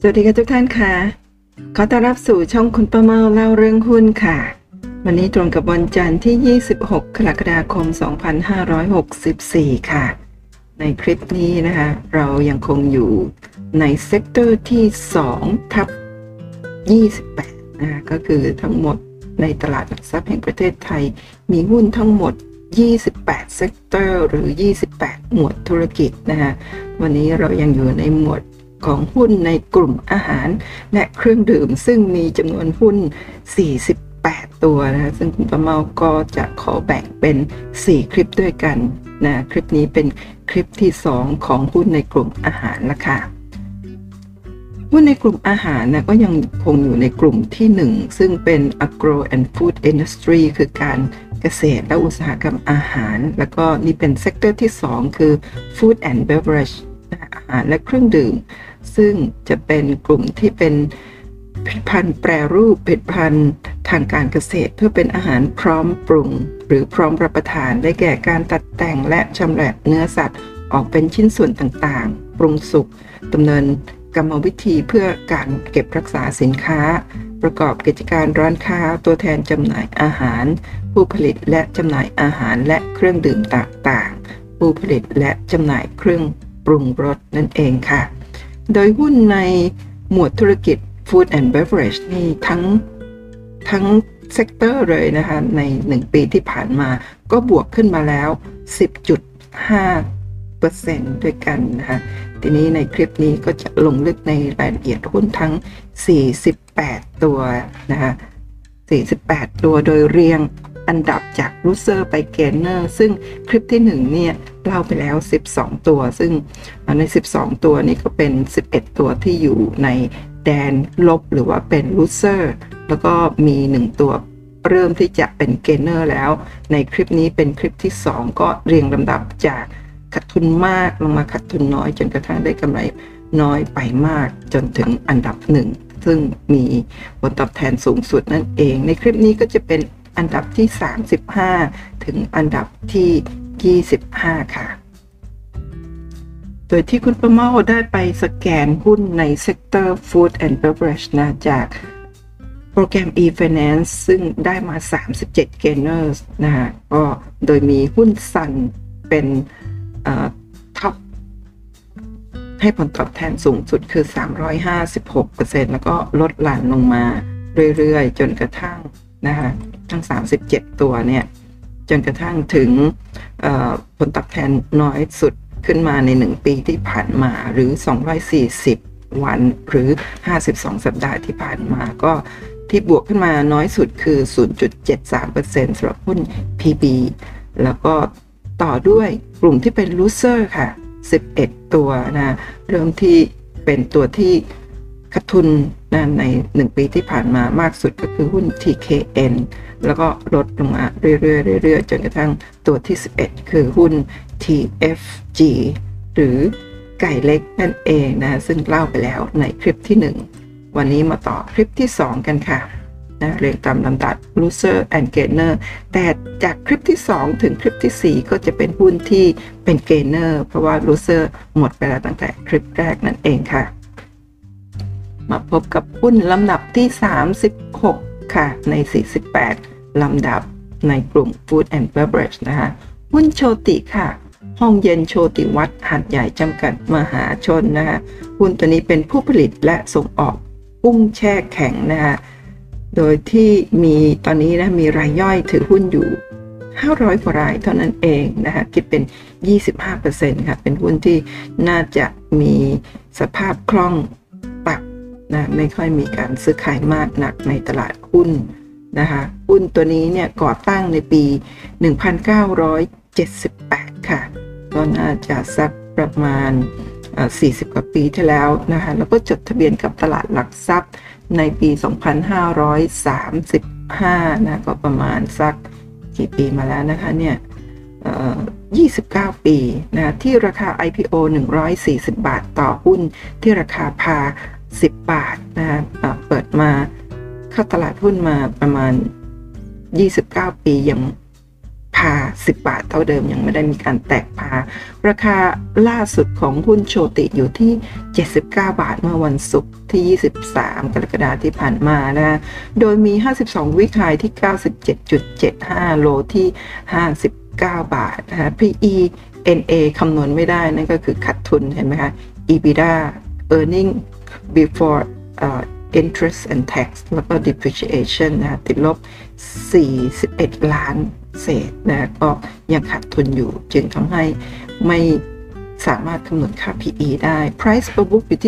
สวัสดีค่ะทุกท่านค่ะขอต้อนรับสู่ช่องคุณป้าเมาเล่าเรื่องหุ้นค่ะวันนี้ตรงกับวันจันทร์ที่26กรกฎาคม2564ค่ะในคลิปนี้นะคะเรายังคงอยู่ในเซกเตอร์ที่2/28นะคะก็คือทั้งหมดในตลาดหลักทรัพย์แห่งประเทศไทยมีหุ้นทั้งหมด28เซกเตอร์หรือ28หมวดธุรกิจนะคะวันนี้เรายังอยู่ในหมวดของหุ้นในกลุ่มอาหารและเครื่องดื่มซึ่งมีจำนวนหุ้น48ตัวนะคะซึ่งคุณประเมาก็จะขอแบ่งเป็น4คลิปด้วยกันนะคลิปนี้เป็นคลิปที่2ของหุ้นในกลุ่มอาหารละค่ะหุ้นในกลุ่มอาหารนะก็ยังคงอยู่ในกลุ่มที่1ซึ่งเป็น Agro and Food Industry คือการเกษตรและอุตสาหกรรมอาหารแล้วก็นี่เป็นเซกเตอร์ที่2คือ Food and Beverage อาหารและเครื่องดื่มซึ่งจะเป็นกลุ่มที่เป็นผลิตภัณฑ์แปรรูปผลิตภัณฑ์ทางการเกษตรเพื่อเป็นอาหารพร้อมปรุงหรือพร้อมรับประทานได้แก่การตัดแต่งและชำแหละเนื้อสัตว์ออกเป็นชิ้นส่วนต่างๆปรุงสุกดำเนินกรรมวิธีเพื่อการเก็บรักษาสินค้าประกอบกิจการร้านค้าตัวแทนจำหน่ายอาหารผู้ผลิตและจำหน่ายอาหารและเครื่องดื่มต่างๆผู้ผลิตและจำหน่ายเครื่องปรุงรสนั่นเองค่ะโดยหุ้นในหมวดธุรกิจ Food and Beverage นี่ทั้งเซกเตอร์เลยนะคะใน1ปีที่ผ่านมาก็บวกขึ้นมาแล้ว 10.5% ด้วยกันนะคะทีนี้ในคลิปนี้ก็จะลงลึกในรายละเอียดหุ้นทั้ง48ตัวนะคะ48ตัวโดยเรียงอันดับจาก Loser ไป Gainer ซึ่งคลิปที่1เนี่ยเล่าไปแล้ว12ตัวซึ่งใน12ตัวนี้ก็เป็น11ตัวที่อยู่ในแดนลบหรือว่าเป็น Loser แล้วก็มี1ตัวเริ่มที่จะเป็น Gainer แล้วในคลิปนี้เป็นคลิปที่2ก็เรียงลำดับจากขาดทุนมากลงมาขาดทุนน้อยจนกระทั่งได้กำไรน้อยไปมากจนถึงอันดับ1ซึ่งมีผลตอบแทนสูงสุดนั่นเองในคลิปนี้ก็จะเป็นอันดับที่35ถึงอันดับที่25ค่ะโดยที่คุณประเมาได้ไปสแกนหุ้นในเซกเตอร์ Food and Beverage นะจากโปรแกรม e-finance ซึ่งได้มา37 gainers นะฮะก็โดยมีหุ้นซันเป็นท็อปให้ผลตอบแทนสูงสุดคือ 356% แล้วก็ลดหลั่นลงมาเรื่อยๆจนกระทั่งนะคะทั้ง37ตัวเนี่ยจนกระทั่งถึงผลตอบแทนน้อยสุดขึ้นมาใน1ปีที่ผ่านมาหรือ240วันหรือ52สัปดาห์ที่ผ่านมาก็ที่บวกขึ้นมาน้อยสุดคือ 0.73% สำหรับหุ้น PB แล้วก็ต่อด้วยกลุ่มที่เป็น Loser ค่ะ11ตัวนะเริ่มที่เป็นตัวที่ขาดทุนนะใน1ปีที่ผ่านมามากสุดก็คือหุ้น TKN แล้วก็ลดลงมาเรื่อยๆจนกระทั่งตัวที่11คือหุ้น TFG หรือไก่เล็กนั่นเองนะซึ่งเล่าไปแล้วในคลิปที่1วันนี้มาต่อคลิปที่2กันค่ะนะเรียงตามลำดับ Loser and Gainer แต่จากคลิปที่2ถึงคลิปที่4ก็จะเป็นหุ้นที่เป็น Gainer เพราะว่า Loser หมดไปแล้วตั้งแต่คลิปแรกนั่นเองค่ะมาพบกับหุ้นลำดับที่36ค่ะใน48ลำดับในกลุ่ม Food and Beverage นะคะหุ้นโชติค่ะห้องเย็นโชติวัฒน์หาดใหญ่จำกัดมหาชนนะคะหุ้นตัวนี้เป็นผู้ผลิตและส่งออกกุ้งแช่แข็งนะคะโดยที่มีตอนนี้นะมีรายย่อยถือหุ้นอยู่500กว่ารายเท่านั้นเองนะคะคิดเป็น 25% ค่ะเป็นหุ้นที่น่าจะมีสภาพคล่องต่ำนะไม่ค่อยมีการซื้อขายมากนักในตลาดหุ้นนะคะหุ้นตัวนี้เนี่ยก่อตั้งในปี1978ค่ะก็น่าจะสักประมาณ40กว่าปีที่แล้วนะคะแล้วก็จดทะเบียนกับตลาดหลักทรัพย์ในปี2535นะก็ประมาณสักกี่ปีมาแล้วนะคะเนี่ย29ปีนะที่ราคา IPO 140 บาทต่อหุ้นที่ราคาพา10 บาทนะเปิดมาเข้าตลาดหุ้นมาประมาณ29ปียังพา10 บาทเท่าเดิมยังไม่ได้มีการแตกพาราคาล่าสุดของหุ้นโชติอยู่ที่79 บาทเมื่อวันศุกร์ที่23 กรกฎาคมที่ผ่านมานะโดยมี52วิกไฮที่ 97.75 โลที่59 บาทนะคะ PE NA คำนวณไม่ได้นั่นก็คือขาดทุนเห็นไหมคะ EBITDA earning before interest and tax แล้วก็ depreciation นะติดลบ41 ล้านเศษนะก็ยังขาดทุนอยู่จึงทำให้ไม่สามารถคำนวณค่า PE ได้ Price per book อยู่ที่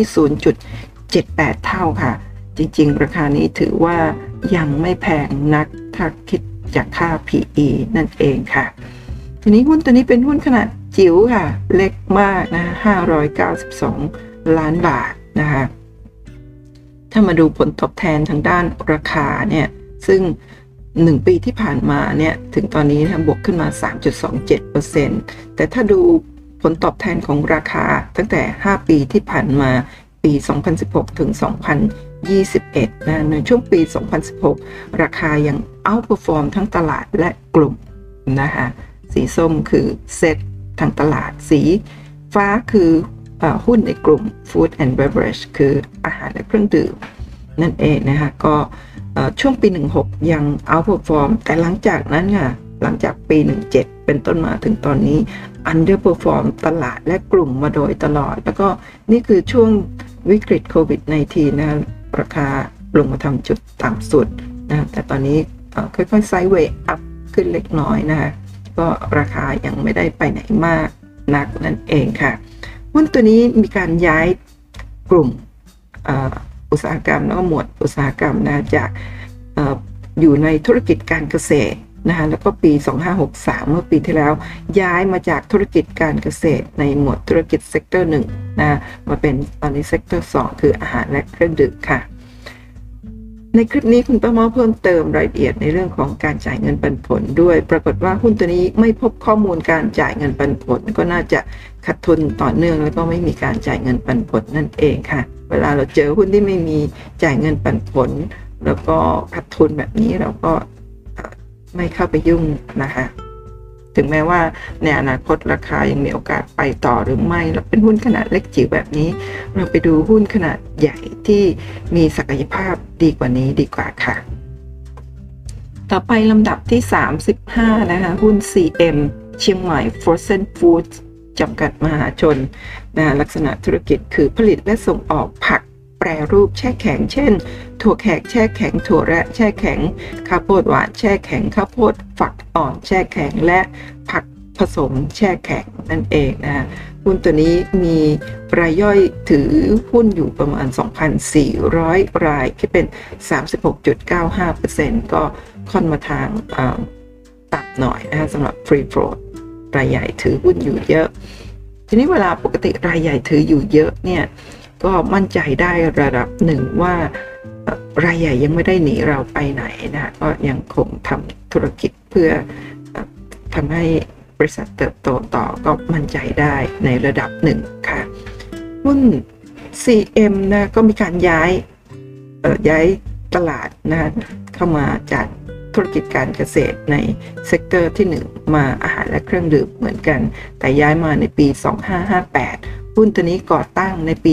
0.78 เท่าค่ะจริงๆราคานี้ถือว่ายังไม่แพงนักถ้าคิดจากค่า PE นั่นเองค่ะทีนี้หุ้นตัวนี้เป็นหุ้นขนาดจิ๋วค่ะเล็กมากนะ592 ล้านบาทนะคะถ้ามาดูผลตอบแทนทางด้านราคาเนี่ยซึ่ง1 ปีที่ผ่านมาเนี่ยถึงตอนนี้นะบวกขึ้นมา 3.27% แต่ถ้าดูผลตอบแทนของราคาตั้งแต่5 ปีที่ผ่านมาปี2016ถึง2021นะในช่วงปี 2016 ราคายัง outperform ทั้งตลาดและกลุ่มนะคะสีส้มคือเซ็ตทางตลาดสีฟ้าคือหุ้นในกลุ่ม Food and Beverage คืออาหารและเครื่องดื่มนั่นเองนะคะก็ช่วงปี16ยัง outperform แต่หลังจากนั้นค่ะหลังจากปี17เป็นต้นมาถึงตอนนี้ underperform ตลาดและกลุ่มมาโดยตลอดแล้วก็นี่คือช่วงวิกฤตโควิด -19 นะราคาลงมาทำจุดต่ำสุดนะแต่ตอนนี้ค่อยๆไซด์เวย์อัพขึ้นเล็กน้อยนะคะก็ราคายังไม่ได้ไปไหนมากนักนั่นเองค่ะหุ้นตัวนี้มีการย้ายกลุ่มอุตสาหกรรมแล้วก็หมวดอุตสาหกรรมนะจากอยู่ในธุรกิจการเกษตรนะคะแล้วก็ปี2563เมื่อปีที่แล้วย้ายมาจากธุรกิจการเกษตรในหมวดธุรกิจเซกเตอร์1นะมาเป็นตอนนี้เซกเตอร์2คืออาหารและเครื่องดื่มค่ะในคลิปนี้คุณป้าหมอเพิ่มเติมรายละเอียดในเรื่องของการจ่ายเงินปันผลด้วยปรากฏว่าหุ้นตัวนี้ไม่พบข้อมูลการจ่ายเงินปันผลก็น่าจะขาดทุนต่อเนื่องแล้วก็ไม่มีการจ่ายเงินปันผลนั่นเองค่ะเวลาเราเจอหุ้นที่ไม่มีจ่ายเงินปันผลแล้วก็ขาดทุนแบบนี้เราก็ไม่เข้าไปยุ่งนะคะถึงแม้ว่าในอนาคตราคายังมีโอกาสไปต่อหรือไม่เราเป็นหุ้นขนาดเล็กจิ๋วแบบนี้เราไปดูหุ้นขนาดใหญ่ที่มีศักยภาพดีกว่านี้ดีกว่าค่ะต่อไปลำดับที่35นะคะหุ้น CM เชียงใหม่ Frozen Foods จำกัดมหาชนนะลักษณะธุรกิจคือผลิตและส่งออกผักแปรรูปแช่แข็งเช่นถั่วแขกแช่แข็งถั่วแระแช่แข็งข้าวโพดหวานแช่แข็งข้าวโพดฝักอ่อนแช่แข็งและผักผสมแช่แข็งนั่นเองนะหุ้นตัวนี้มีรายย่อยถือหุ้นอยู่ประมาณ 2,400 รายคิดเป็น 36.95% ก็ค่อนมาทางต่ำหน่อยนะสำหรับ Free Float รายใหญ่ถือหุ้นอยู่เยอะทีนี้เวลาปกติรายใหญ่ถืออยู่เยอะเนี่ยก็มั่นใจได้ระดับหนึ่งว่ารายใหญ่ยังไม่ได้หนีเราไปไหนนะก็ยังคงทำธุรกิจเพื่อทำให้บริษัทเติบโตต่อก็มั่นใจได้ในระดับหนึ่งค่ะหุ้น CM นะก็มีการย้ายตลาดนะเข้ามาจากธุรกิจการเกษตรในเซกเตอร์ที่1มาอาหารและเครื่องดื่มเหมือนกันแต่ย้ายมาในปี2558หุ้นตัวนี้ก่อตั้งในปี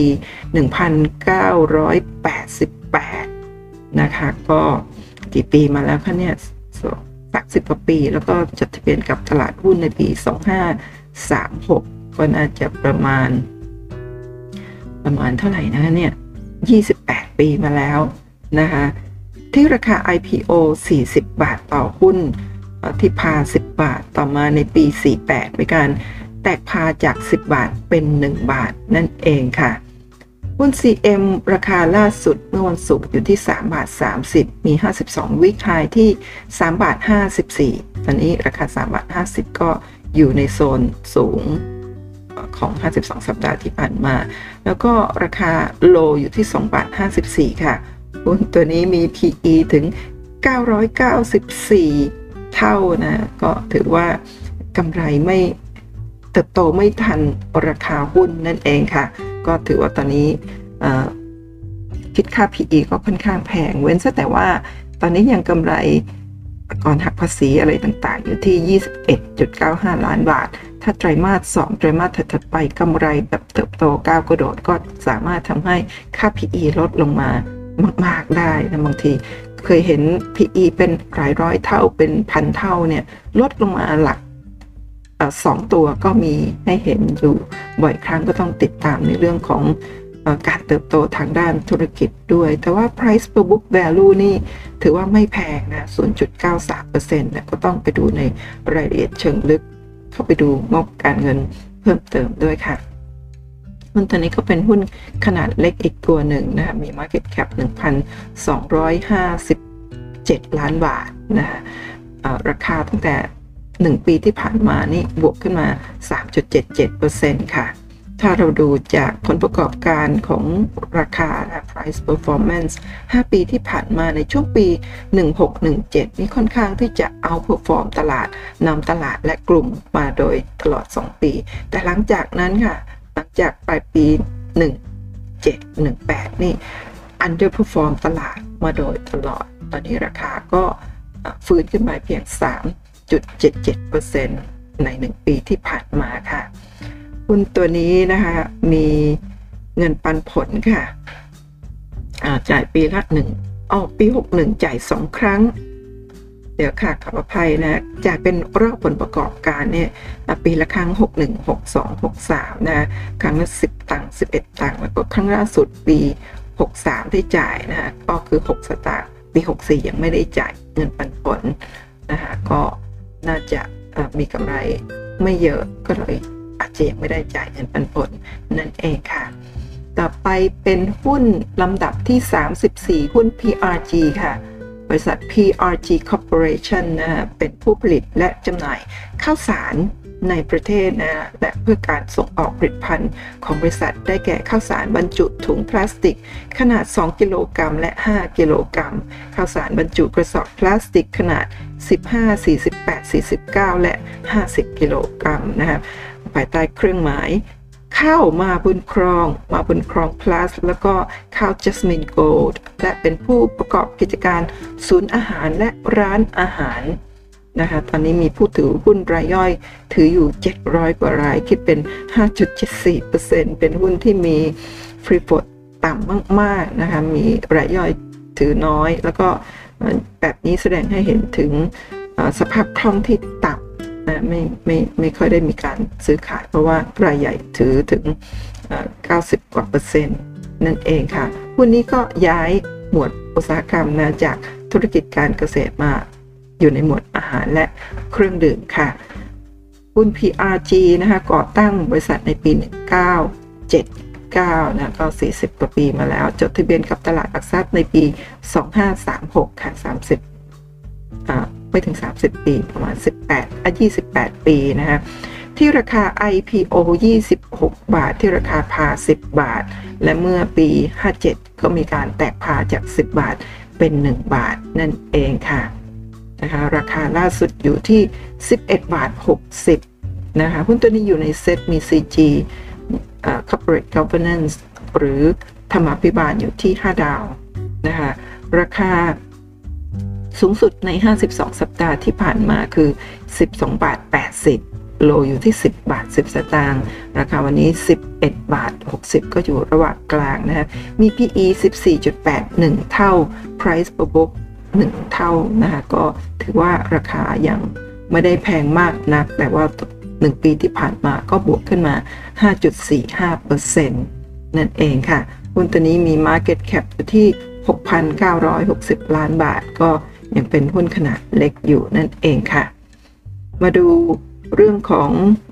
1988 นะคะก็กี่ปีมาแล้วคะเนี่ย30 กว่าปีแล้วก็จดทะเบียนกับตลาดหุ้นในปี 2536 ก็น่าจะประมาณเท่าไหร่นะเนี่ย28 ปีมาแล้วนะคะที่ราคา IPO 40 บาทต่อหุ้นที่พา10 บาทต่อมาในปี 48มีการแตกพาจาก10 บาทเป็น1 บาทนั่นเองค่ะหุ้น CM ราคาล่าสุดเมื่อวันศุกร์อยู่ที่3 บาท 30มี52วิกไฮที่3 บาท 54ตอนนี้ราคา3 บาท 50ก็อยู่ในโซนสูงของ52สัปดาห์ที่ผ่านมาแล้วก็ราคาโลอยู่ที่2 บาท 54ค่ะหุ้นตัวนี้มี PE ถึง994 เท่านะก็ถือว่ากำไรไม่เติบโตไม่ทันราคาหุ้นนั่นเองค่ะก็ถือว่าตอนนี้คิดค่า PE ก็ค่อนข้างแพงเว้นแต่ว่าตอนนี้ยังกำไรก่อนหักภาษีอะไรต่างๆอยู่ที่ 21.95 ล้านบาทถ้าไตรมาส 2ไตรมาสถัดไปกำไรแบบเติบโตก้าวกระโดดก็สามารถทำให้ค่า PE ลดลงมามากๆได้นะบางทีเคยเห็น PE เป็นหลายร้อยเท่าเป็นพันเท่าเนี่ยลดลงมาหลัก2 ตัวก็มีให้เห็นอยู่บ่อยครั้งก็ต้องติดตามในเรื่องของการเติบโตทางด้านธุรกิจด้วยแต่ว่า price per book value นี่ถือว่าไม่แพงนะ 0.93% นะก็ต้องไปดูในรายละเอียดเชิงลึกเข้าไปดูงบการเงินเพิ่มเติมด้วยค่ะหุ้นตัวนี้ก็เป็นหุ้นขนาดเล็กอีกตัวหนึ่งนะคะมี market cap 1,257 ล้านบาทนะคะราคาตั้งแต่1 ปีที่ผ่านมานี่บวกขึ้นมา 3.77% ค่ะถ้าเราดูจากผลประกอบการของราคา price performance 5 ปีที่ผ่านมาในช่วงปี 16-17 นี่ค่อนข้างที่จะ outperform ตลาดนำตลาดและกลุ่มมาโดยตลอด 2 ปีแต่หลังจากนั้นค่ะหลังจากปลายปี 17-18 นี่ underperform ตลาดมาโดยตลอดตอนนี้ราคาก็ฟื้นขึ้นมาเพียง 3.77% ใน 1 ปีที่ผ่านมาค่ะหุ้นตัวนี้นะคะมีเงินปันผลค่ะจ่ายปีละปี61จ่าย2 ครั้งเดี๋ยวค่ะขออภัยนะจ่ายเป็นรอบผลประกอบการเนี่ยปีละครั้ง61 62 63นะครั้งละ10 ตังค์11 ตังค์แล้วก็ครั้งล่าสุดปี63ได้จ่ายนะคะก็คือ6 สตางค์ปี64ยังไม่ได้จ่ายเงินปันผลนะคะก็น่าจะมีกำไรไม่เยอะก็เลยอาจจะยังไม่ได้จ่ายเงินปันผลนั่นเองค่ะต่อไปเป็นหุ้นลำดับที่34หุ้น PRG ค่ะบริษัท PRG Corporation นะเป็นผู้ผลิตและจำหน่ายข้าวสารในประเทศนะและเพื่อการส่งออกผลิตภัณฑ์ของบริษัทได้แก่ข้าวสารบรรจุถุงพลาสติกขนาด2 กิโลกรัมและ5 กิโลกรัมข้าวสารบรรจุกระสอบพลาสติกขนาด15 48 49และ50 กิโลกรัมนะครับภายใต้เครื่องหมายข้าวมาบุญครอง plus แล้วก็ข้าว Jasmine Gold และเป็นผู้ประกอบกิจการศูนย์อาหารและร้านอาหารนะคะตอนนี้มีผู้ถือหุ้นรายย่อยถืออยู่700 กว่ารายคิดเป็น 5.74% เป็นหุ้นที่มี free float ต่ำมากๆนะคะมีรายย่อยถือน้อยแล้วก็แบบนี้แสดงให้เห็นถึงสภาพคล่องที่ต่ำนะไม่ค่อยได้มีการซื้อขายเพราะว่ารายใหญ่ถือถึง90 กว่า%นั่นเองค่ะหุ้นนี้ก็ย้ายหมวดอุตสาหกรรมนะจากธุรกิจการเกษตรมาอยู่ในหมวดอาหารและเครื่องดื่มค่ะหุ้น PRG นะคะก่อตั้งบริษัทในปี 1979นะก็40 กว่าปีมาแล้วจดทะเบียนกับตลาดหลักทรัพย์ในปี 2536 ค่ะไม่ถึง30 ปีประมาณ28 ปีนะคะที่ราคา IPO 26 บาทที่ราคาพา10 บาทและเมื่อปี57ก็มีการแตกพาจาก 10 บาทเป็น1 บาทนั่นเองค่ะนะคะราคาล่าสุดอยู่ที่11 บาท 60นะคะหุ้นตัวนี้อยู่ในเซตมี CG Corporate Governance หรือธรรมาภิบาลอยู่ที่5 ดาวนะคะราคาสูงสุดใน52 สัปดาห์ที่ผ่านมาคือ12 บาท 80โลอยู่ที่10 บาท 10 สตางค์ราคาวันนี้11 บาท 60ก็อยู่ระหว่างกลางนะมี PE 14.81 เท่า Price per book 1 เท่านะคะก็ถือว่าราคายังไม่ได้แพงมากนักแต่ว่า1 ปีที่ผ่านมาก็บวกขึ้นมา 5.45% นั่นเองค่ะหุ้นตัวนี้มี Market Cap อยู่ที่ 6,960 ล้านบาทก็ยังเป็นหุ้นขนาดเล็กอยู่นั่นเองค่ะมาดูเรื่องของ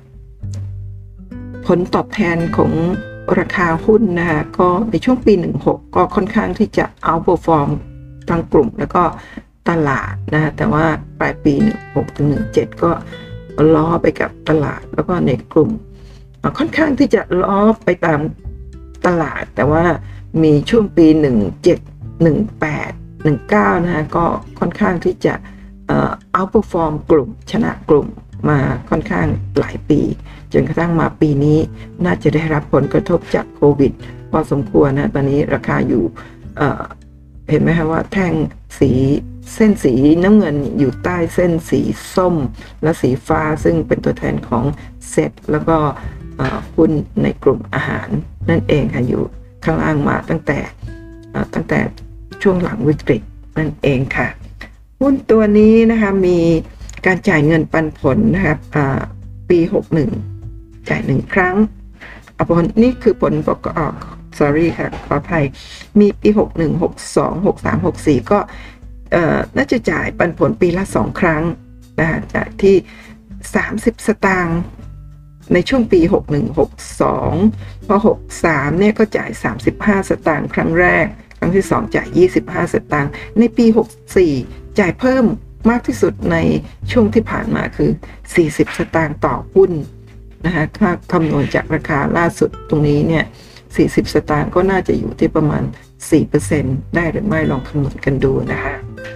ผลตอบแทนของราคาหุ้นนะคะก็ในช่วงปี16ก็ค่อนข้างที่จะ outperform ทั้งกลุ่มแล้วก็ตลาดนะแต่ว่าปลายปี16ถึง17ก็ล้อไปกับตลาดแล้วก็ในกลุ่มค่อนข้างที่จะล้อไปตามตลาดแต่ว่ามีช่วงปี17 18 19นะคะก็ค่อนข้างที่จะoutperform กลุ่มชนะกลุ่มมาค่อนข้างหลายปีจนกระทั่งมาปีนี้น่าจะได้รับผลกระทบจากโควิดพอสมควรนะตอนนี้ราคาอยู่เห็นไหมคะว่าแท่งสีเส้นสีน้ำเงินอยู่ใต้เส้นสีส้มและสีฟ้าซึ่งเป็นตัวแทนของเซตแล้วก็หุ้นในกลุ่มอาหารนั่นเองค่ะอยู่ข้างล่างมาตั้งแต่ช่วงหลังวิกฤตนั่นเองค่ะหุ้นตัวนี้นะคะมีการจ่ายเงินปันผลนะครับปี61จ่าย1ครั้งผลนี่คือผลประกอบsorry ค่ะขออภัยมีปี61 62 63 64ก็น่าจะจ่ายปันผลปีละ2ครั้งนะคะจ่ายที่30 สตางค์ในช่วงปี61 62พอ63เนี่ยก็จ่าย35 สตางค์ครั้งแรกครั้งที่2จ่าย25 สตางค์ในปี64จ่ายเพิ่มมากที่สุดในช่วงที่ผ่านมาคือ40 สตางค์ต่อหุ้นนะคะถ้าคำนวณจากราคาล่าสุดตรงนี้เนี่ย40 สตางค์ก็น่าจะอยู่ที่ประมาณ 4% ได้หรือไม่ลองคำนวณกันดูนะคะ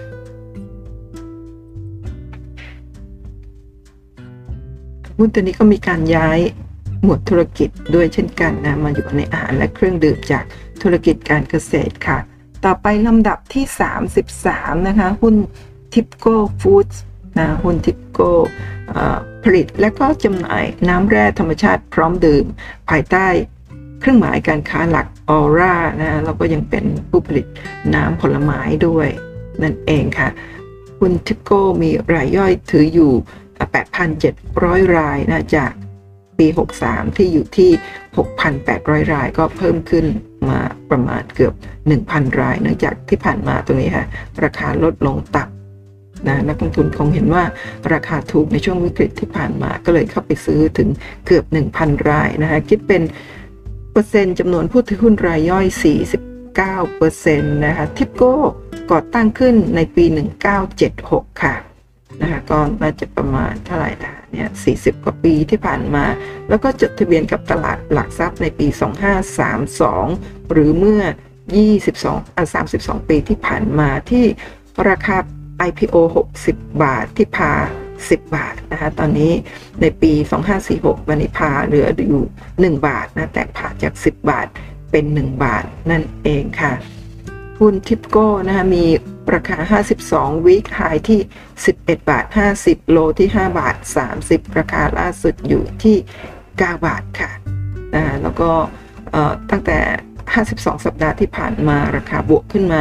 หุ้นตัวนี้ก็มีการย้ายหมวดธุรกิจด้วยเช่นกันนะมาอยู่ในอาหารและเครื่องดื่มจากธุรกิจการเกษตรค่ะต่อไปลำดับที่33นะคะหุ้นทิปโก้ฟู้ดส์นะหุ้นทิปโก้ผลิตและก็จำหน่ายน้ำแร่ธรรมชาติพร้อมดื่มภายใต้เครื่องหมายการค้าหลักออร่านะแล้วก็ยังเป็นผู้ผลิตน้ำผลไม้ด้วยนั่นเองค่ะหุ้นทิปโก้มีรายย่อยถืออยู่ 8,700 รายนะจากปี63ที่อยู่ที่ 6,800 รายก็เพิ่มขึ้นมาประมาณเกือบ 1,000 รายเนื่องจากที่ผ่านมาตรงนี้ค่ะราคาลดลงต่ำนะนักลงทุนคงเห็นว่าราคาถูกในช่วงวิกฤตที่ผ่านมาก็เลยเข้าไปซื้อถึงเกือบ 1,000 รายนะคะคิดเป็นเปอร์เซ็นต์จำนวนผู้ถือหุ้นรายย่อย 49% นะคะทิปโก้ก่อตั้งขึ้นในปี 1976 ค่ะนะคะก็น่าจะประมาณเท่าไหร่นะเนี่ย40 กว่าปีที่ผ่านมาแล้วก็จดทะเบียนกับตลาดหลักทรัพย์ในปี 2532 หรือเมื่อ 32 ปีที่ผ่านมาที่ราคา IPO 60 บาทที่พา10 บาทนะคะตอนนี้ในปี 2546วันนี้พาเหลืออยู่1 บาทนะแตกผ่าจาก10 บาทเป็น1 บาทนั่นเองค่ะหุ้นทิปโก้นะคะมีราคา52 วีคไฮที่11 บาท 50 โลที่5 บาท 30 ราคาล่าสุดอยู่ที่9 บาทค่ะแล้วก็ตั้งแต่52 สัปดาห์ที่ผ่านมาราคาบวกขึ้นมา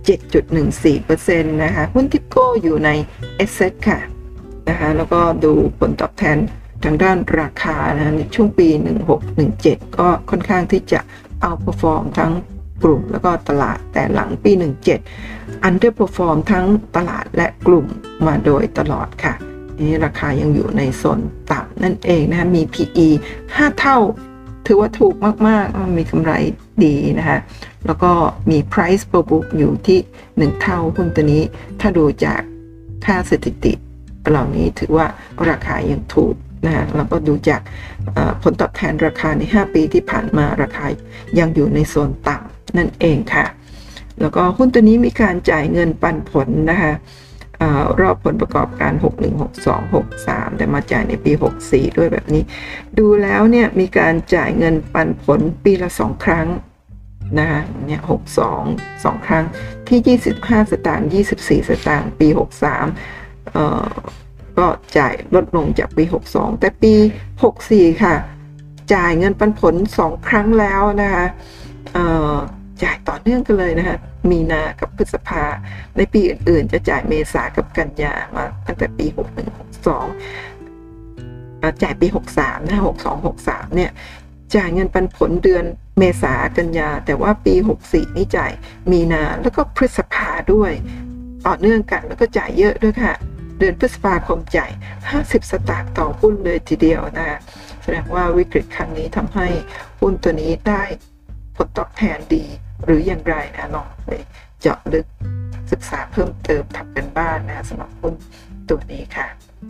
7.14% นะคะหุ้นทิปโก้อยู่ใน Asset ค่ะนะคะแล้วก็ดูผลตอบแทนทางด้านราคานะในช่วงปี 16-17 ก็ค่อนข้างที่จะเอาperformทั้งกลุ่มแล้วก็ตลาดแต่หลังปี 17 underperform ทั้งตลาดและกลุ่มมาโดยตลอดค่ะนี่ราคายังอยู่ในโซนต่ำนั่นเองนะคะมี PE 5 เท่าถือว่าถูกมากๆมีกำไรดีนะคะแล้วก็มี price per book อยู่ที่1 เท่าหุ้นตัวนี้ถ้าดูจากค่าสถิติเหล่านี้ถือว่าราคายังถูกนะแล้วก็ดูจากผลตอบแทนราคาใน5 ปีที่ผ่านมาราคายังอยู่ในโซนต่ำนั่นเองค่ะแล้วก็หุ้นตัวนี้มีการจ่ายเงินปันผลนะคะรอบผลประกอบการ61 62 63แต่มาจ่ายในปี64ด้วยแบบนี้ดูแล้วเนี่ยมีการจ่ายเงินปันผลปีละ2 ครั้งนะคะเนี่ย62 2 ครั้งที่25 สตางค์24 สตางค์ปี63ก็จ่ายลดลงจากปี62แต่ปี64ค่ะจ่ายเงินปันผล2 ครั้งแล้วนะคะจ่ายต่อเนื่องกันเลยนะคะมีนากับพฤษภาในปีอื่นๆจะจ่ายเมษากับกันยามาตั้งแต่ปี61 62จ่ายปี63นะ62 63เนี่ยจ่ายเงินปันผลเดือนเมษากันยาแต่ว่าปี64นี่จ่ายมีนาแล้วก็พฤษภาด้วยต่อเนื่องกันแล้วก็จ่ายเยอะด้วยค่ะเดือนพฤษภาคมจ่าย50 สตางค์ต่อหุ้นเลยทีเดียวนะแสดงว่าวิกฤตครั้งนี้ทำให้หุ้นตัวนี้ได้ผลตอบแทนดีหรืออย่างไรนะลองไปเจาะลึกศึกษาเพิ่มเติมทำกันบ้านนะสำหรับหุ้นตัวนี้ค่ะ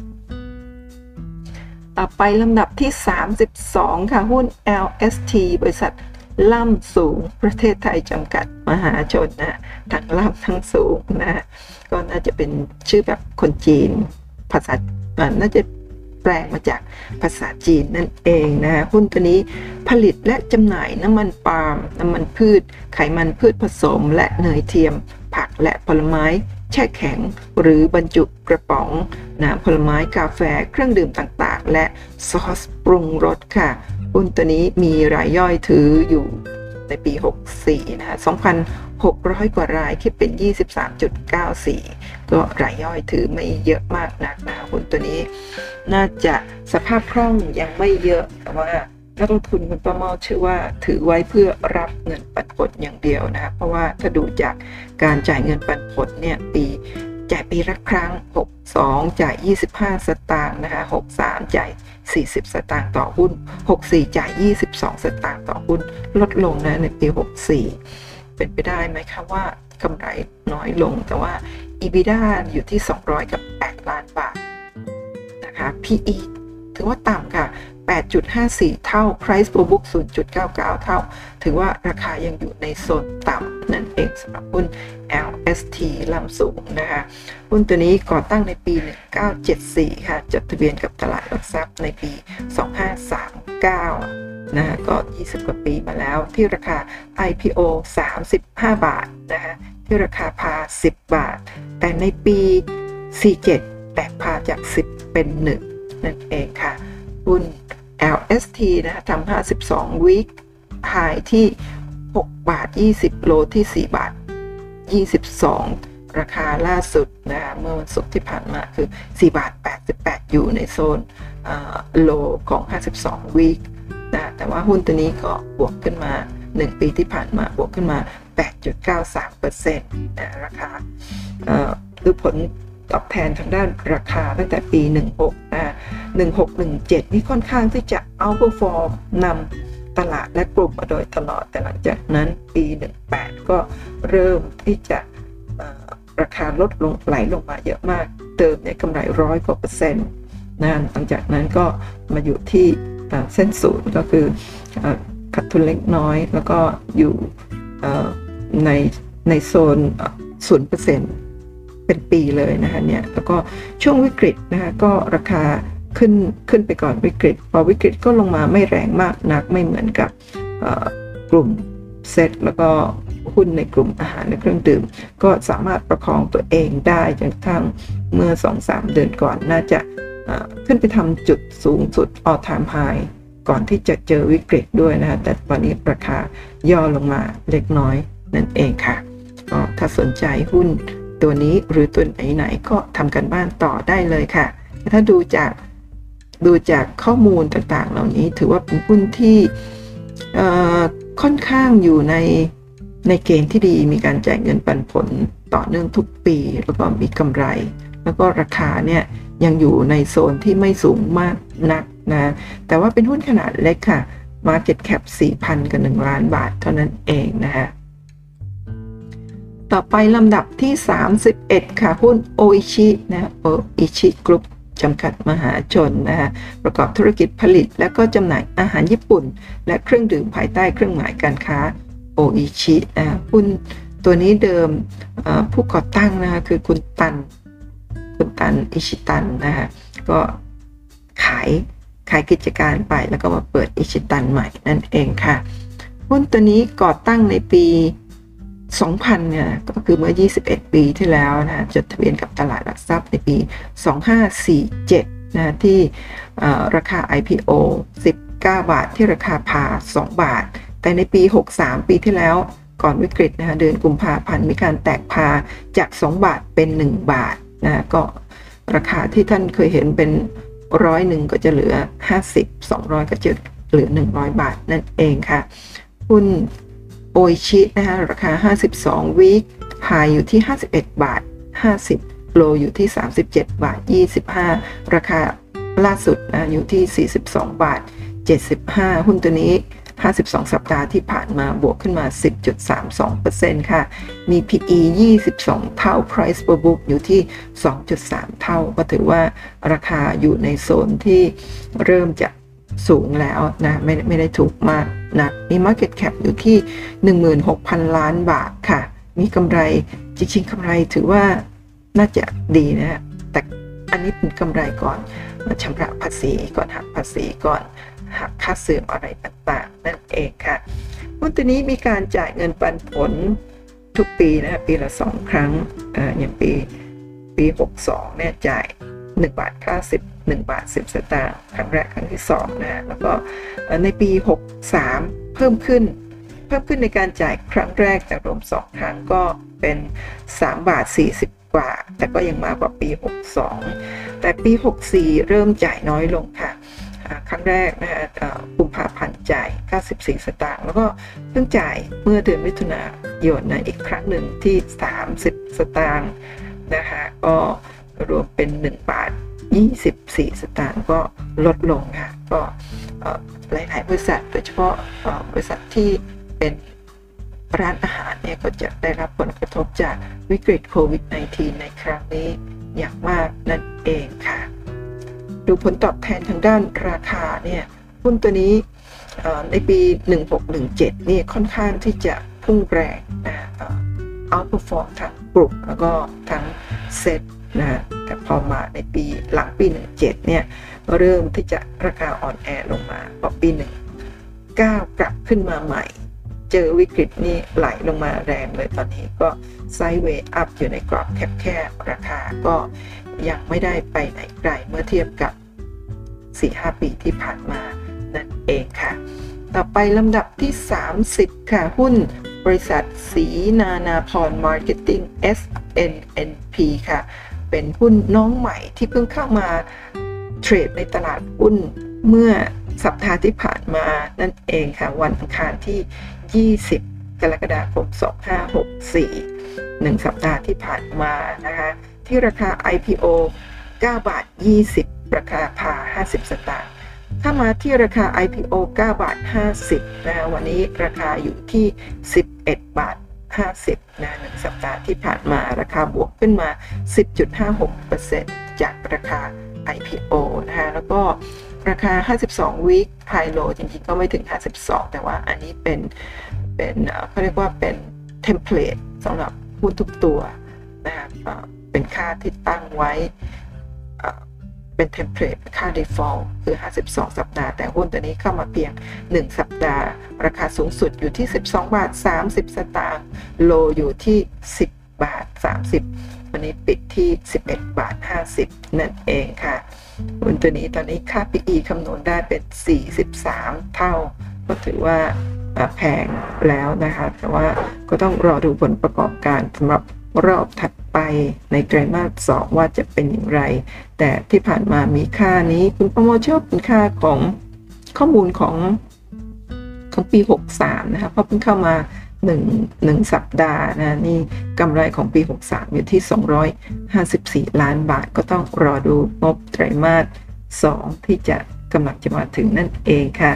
ต่อไปลำดับที่32ค่ะหุ้น LST บริษัทล่ำสูงประเทศไทยจำกัดมหาชนนะทั้งล่ำทั้งสูงนะก็น่าจะเป็นชื่อแบบคนจีนภาษาน่าจะแปลงมาจากภาษาจีนนั่นเองนะหุ้นตัวนี้ผลิตและจำหน่ายน้ำมันปาล์มน้ำมันพืชไขมันพืชผสมและเนยเทียมผักและผลไม้แช่แข็งหรือบรรจุกระป๋องน้ำผลไม้กาแฟเครื่องดื่มต่างๆและซอสปรุงรสค่ะหุ้นตัวนี้มีรายย่อยถืออยู่ในปี64นะคะ2,600 กว่ารายคิดเป็น 23.94 ก็รายย่อยถือไม่เยอะมากนักนะหุ้นตัวนี้น่าจะสภาพคล่องยังไม่เยอะแต่ว่านักลงทุนคุณป้าเมาเชื่อว่าถือไว้เพื่อรับเงินปันผลอย่างเดียวนะคะเพราะว่าถ้าดูจากการจ่ายเงินปันผลเนี่ยจ่ายปีละครั้ง62จ่าย25สตางค์นะคะ63จ่าย40สตางค์ต่อหุ้น64จ่าย22สตางค์ต่อหุ้นลดลงนะในปี64เป็นไปได้ไหมคะว่ากำไรน้อยลงแต่ว่า EBITDA อยู่ที่200กับ8ล้านบาทนะคะ PE ถือว่าต่ำค่ะ8.54 เท่า Price per book 0.99 เท่าถือว่าราคายังอยู่ในโซนต่ำนั่นเองสำหรับหุ้น LST ลำสูงนะคะหุ้นตัวนี้ก่อตั้งในปี 1974 ค่ะจดทะเบียนกับตลาดหลักทรัพย์ในปี 2539 นะคะก็ 20 กว่าปีมาแล้วที่ราคา IPO 35 บาทนะคะที่ราคาพา 10 บาทแต่ในปี 47 แตกพาจาก 10 เป็น 1 นั่นเองค่ะหุ้นLST นะคะทำ52 week high ที่6 บาท 20 โลที่4 บาท 22 ราคาล่าสุดนะคะเมื่อวันศุกร์ที่ผ่านมาคือ4 บาท 88 อยู่ในโซนโลของ52 week นะแต่ว่าหุ้นตัวนี้ก็บวกขึ้นมา1 ปีที่ผ่านมาบวกขึ้นมา 8.93% นะราคาดูผลตอบแทนทางด้านราคาตั้งแต่ปี 16 1617 นี่ค่อนข้างที่จะ outperform นำตลาดและกลุ่มมาโดยตลอดแต่หลังจากนั้นปี 18 ก็เริ่มที่จะราคาลดลงไหลลงมาเยอะมากเติมเนี่ยกำไร100 กว่า%นะหลังจากนั้นก็มาอยู่ที่เส้นศูนย์ก็คือขาดทุนเล็กน้อยแล้วก็อยู่ในโซน 0%เป็นปีเลยนะคะเนี่ยแล้วก็ช่วงวิกฤตนะคะก็ราคาขึ้นไปก่อนวิกฤตพอวิกฤตก็ลงมาไม่แรงมากนักไม่เหมือนกับกลุ่มเซ็ตแล้วก็หุ้นในกลุ่มอาหารและเครื่องดื่มก็สามารถประคองตัวเองได้จนกระทั่งเมื่อ 2-3 เดือนก่อนน่าจะขึ้นไปทำจุดสูงสุด all time high ก่อนที่จะเจอวิกฤตด้วยนะคะแต่ตอนนี้ราคาย่อลงมาเล็กน้อยนั่นเองค่ะก็ถ้าสนใจหุ้นตัวนี้หรือตัวไหนๆก็ทำกันบ้านต่อได้เลยค่ะถ้าดูจากข้อมูลต่างๆเหล่านี้ถือว่าเป็นหุ้นที่ค่อนข้างอยู่ในเกณฑ์ที่ดีมีการจ่ายเงินปันผลต่อเนื่องทุกปีแล้วก็มีกำไรแล้วก็ราคาเนี่ยยังอยู่ในโซนที่ไม่สูงมากนักนะแต่ว่าเป็นหุ้นขนาดเล็กค่ะ Market Cap 4,000 กับ 1 ล้านบาทเท่านั้นเองนะคะต่อไปลำดับที่ 31 ค่ะหุ้นโออิชินะโออิชิกรุ๊ปจำกัดมหาชนนะคะประกอบธุรกิจผลิตและก็จำหน่ายอาหารญี่ปุ่นและเครื่องดื่มภายใต้เครื่องหมายการค้าโออิชิหุ้นตัวนี้เดิมผู้ก่อตั้งนะคะคือคุณตันอิชิตันนะคะก็ขายกิจการไปแล้วก็มาเปิดอิชิตันใหม่นั่นเองค่ะหุ้นตัวนี้ก่อตั้งในปี2000เนี่ยก็คือเมื่อ21 ปีที่แล้วนะจดทะเบียนกับตลาดหลักทรัพย์ในปี 2547 นะที่ราคา IPO 19 บาทที่ราคาพา 2 บาทแต่ในปี 63 ปีที่แล้วก่อนวิกฤตนะคะเดือนกุมภาพันธ์มีการแตกพาจาก 2 บาทเป็น 1 บาทนะก็ราคาที่ท่านเคยเห็นเป็น100ก็จะเหลือ50 200ก็จะเหลือ100 บาทนั่นเองค่ะหุ้นโออิชินะคะราคา52 วีคไฮอยู่ที่51 บาท 50 โลอยู่ที่37 บาท 25 ราคาล่าสุดนะอยู่ที่42 บาท 75 หุ้นตัวนี้52 สัปดาห์ที่ผ่านมาบวกขึ้นมา 10.32% ค่ะมี PE 22 เท่า Price per book อยู่ที่ 2.3 เท่าก็ถือว่าราคาอยู่ในโซนที่เริ่มจะสูงแล้วนะไม่ได้ถูกมากนะมี Market Cap อยู่ที่ 16,000 ล้านบาทค่ะมีกำไรจริงๆกำไรถือว่าน่าจะดีนะแต่อันนี้เป็นกำไรก่อนชำระภาษีก่อนหักภาษีก่อนหักค่าเสื่อมอะไรต่างๆนั่นเองค่ะหุ้นตัวนี้มีการจ่ายเงินปันผลทุกปีนะปีละ2 ครั้งอย่างปี62เนี่ยจ่าย1 บาท50 1 บาท 10 สตางค์ครั้งแรกครั้งที่2นะแล้วก็ในปี63เพิ่มขึ้นในการจ่ายครั้งแรกจากรวม2 ครั้งก็เป็น3 บาท 40 กว่าแต่ก็ยังมากกว่าปี62แต่ปี64เริ่มจ่ายน้อยลงค่ะครั้งแรกนะฮะกุมภาพันธ์จ่าย94 สตางค์แล้วก็เพิ่งจ่ายเมื่อเดือนมิถุนายนนะอีกครั้งหนึ่งที่30 สตางค์นะคะก็รวมเป็น1 บาท 24 สตางค์ก็ลดลงค่ะก็หลายๆบริษัทโดยเฉพาะบริษัทที่เป็นร้านอาหารเนี่ยก็จะได้รับผลกระทบจากวิกฤตโควิด -19 ในครั้งนี้อย่างมากนั่นเองค่ะดูผลตอบแทนทางด้านราคาเนี่ยหุ้นตัวนี้ในปี1617นี่ค่อนข้างที่จะพุ่งแรงoutperform ทั้งกลุ่มแล้วก็ทั้งเซ็ตนะแต่พอมาในปีหลังปี17เนี่ยก็เริ่มที่จะราคาอ่อนแอลงมาพอปี19กลับขึ้นมาใหม่เจอวิกฤตนี่ไหลลงมาแรงเลยตอนนี้ก็ไซด์เวย์อัพอยู่ในกรอบแคบๆราคาก็ยังไม่ได้ไปไหนไกลเมื่อเทียบกับ 4-5 ปีที่ผ่านมานั่นเองค่ะต่อไปลำดับที่30ค่ะหุ้นบริษัทศรีนานาพรมาร์เก็ตติ้ง SNNP ค่ะเป็นหุ้นน้องใหม่ที่เพิ่งเข้ามาเทรดในตลาดหุ้นเมื่อสัปดาห์ที่ผ่านมานั่นเองค่ะวันอังคารที่20 กรกฎาคม 2564 1 สัปดาห์ที่ผ่านมานะคะที่ราคา IPO 9 บาท 20 ราคาพา50 สตางค์ถ้ามาที่ราคา IPO 9 บาท 50นะคะวันนี้ราคาอยู่ที่11 บาท 50นะ1 สัปดาห์ที่ผ่านมาราคาบวกขึ้นมา 10.56% จากราคา IPO นะคะแล้วก็ราคา52 week high low จริงๆก็ไม่ถึง52แต่ว่าอันนี้เป็นเขาเรียกว่าเป็นเทมเพลตสำหรับหุ้นทุกตัวนะคะเป็นค่าที่ตั้งไว้เป็นเทมเพลตค่า default คือ52 สัปดาห์แต่หุ้นตัวนี้เข้ามาเพียง1 สัปดาห์ราคาสูงสุดอยู่ที่12 บาท 30 สตางค์โลอยู่ที่10 บาท 30วันนี้ปิดที่11 บาท 50นั่นเองค่ะหุ้นตัวนี้ตอนนี้ค่า PE คำนวณได้เป็น43 เท่าก็ถือว่าแพงแล้วนะคะแต่ว่าก็ต้องรอดูผลประกอบการสำหรับรอบถัดไปในไตรมาส 2ว่าจะเป็นอย่างไรแต่ที่ผ่านมามีค่านี้คุณประโมทชอบเป็นค่าของข้อมูลของปี63นะคะเพราะเพิ่งเข้ามา1 สัปดาห์นะนี่กำไรของปี63อยู่ที่254 ล้านบาทก็ต้องรอดูงบไตรมาส 2ที่จะกำลังจะมาถึงนั่นเองค่ะ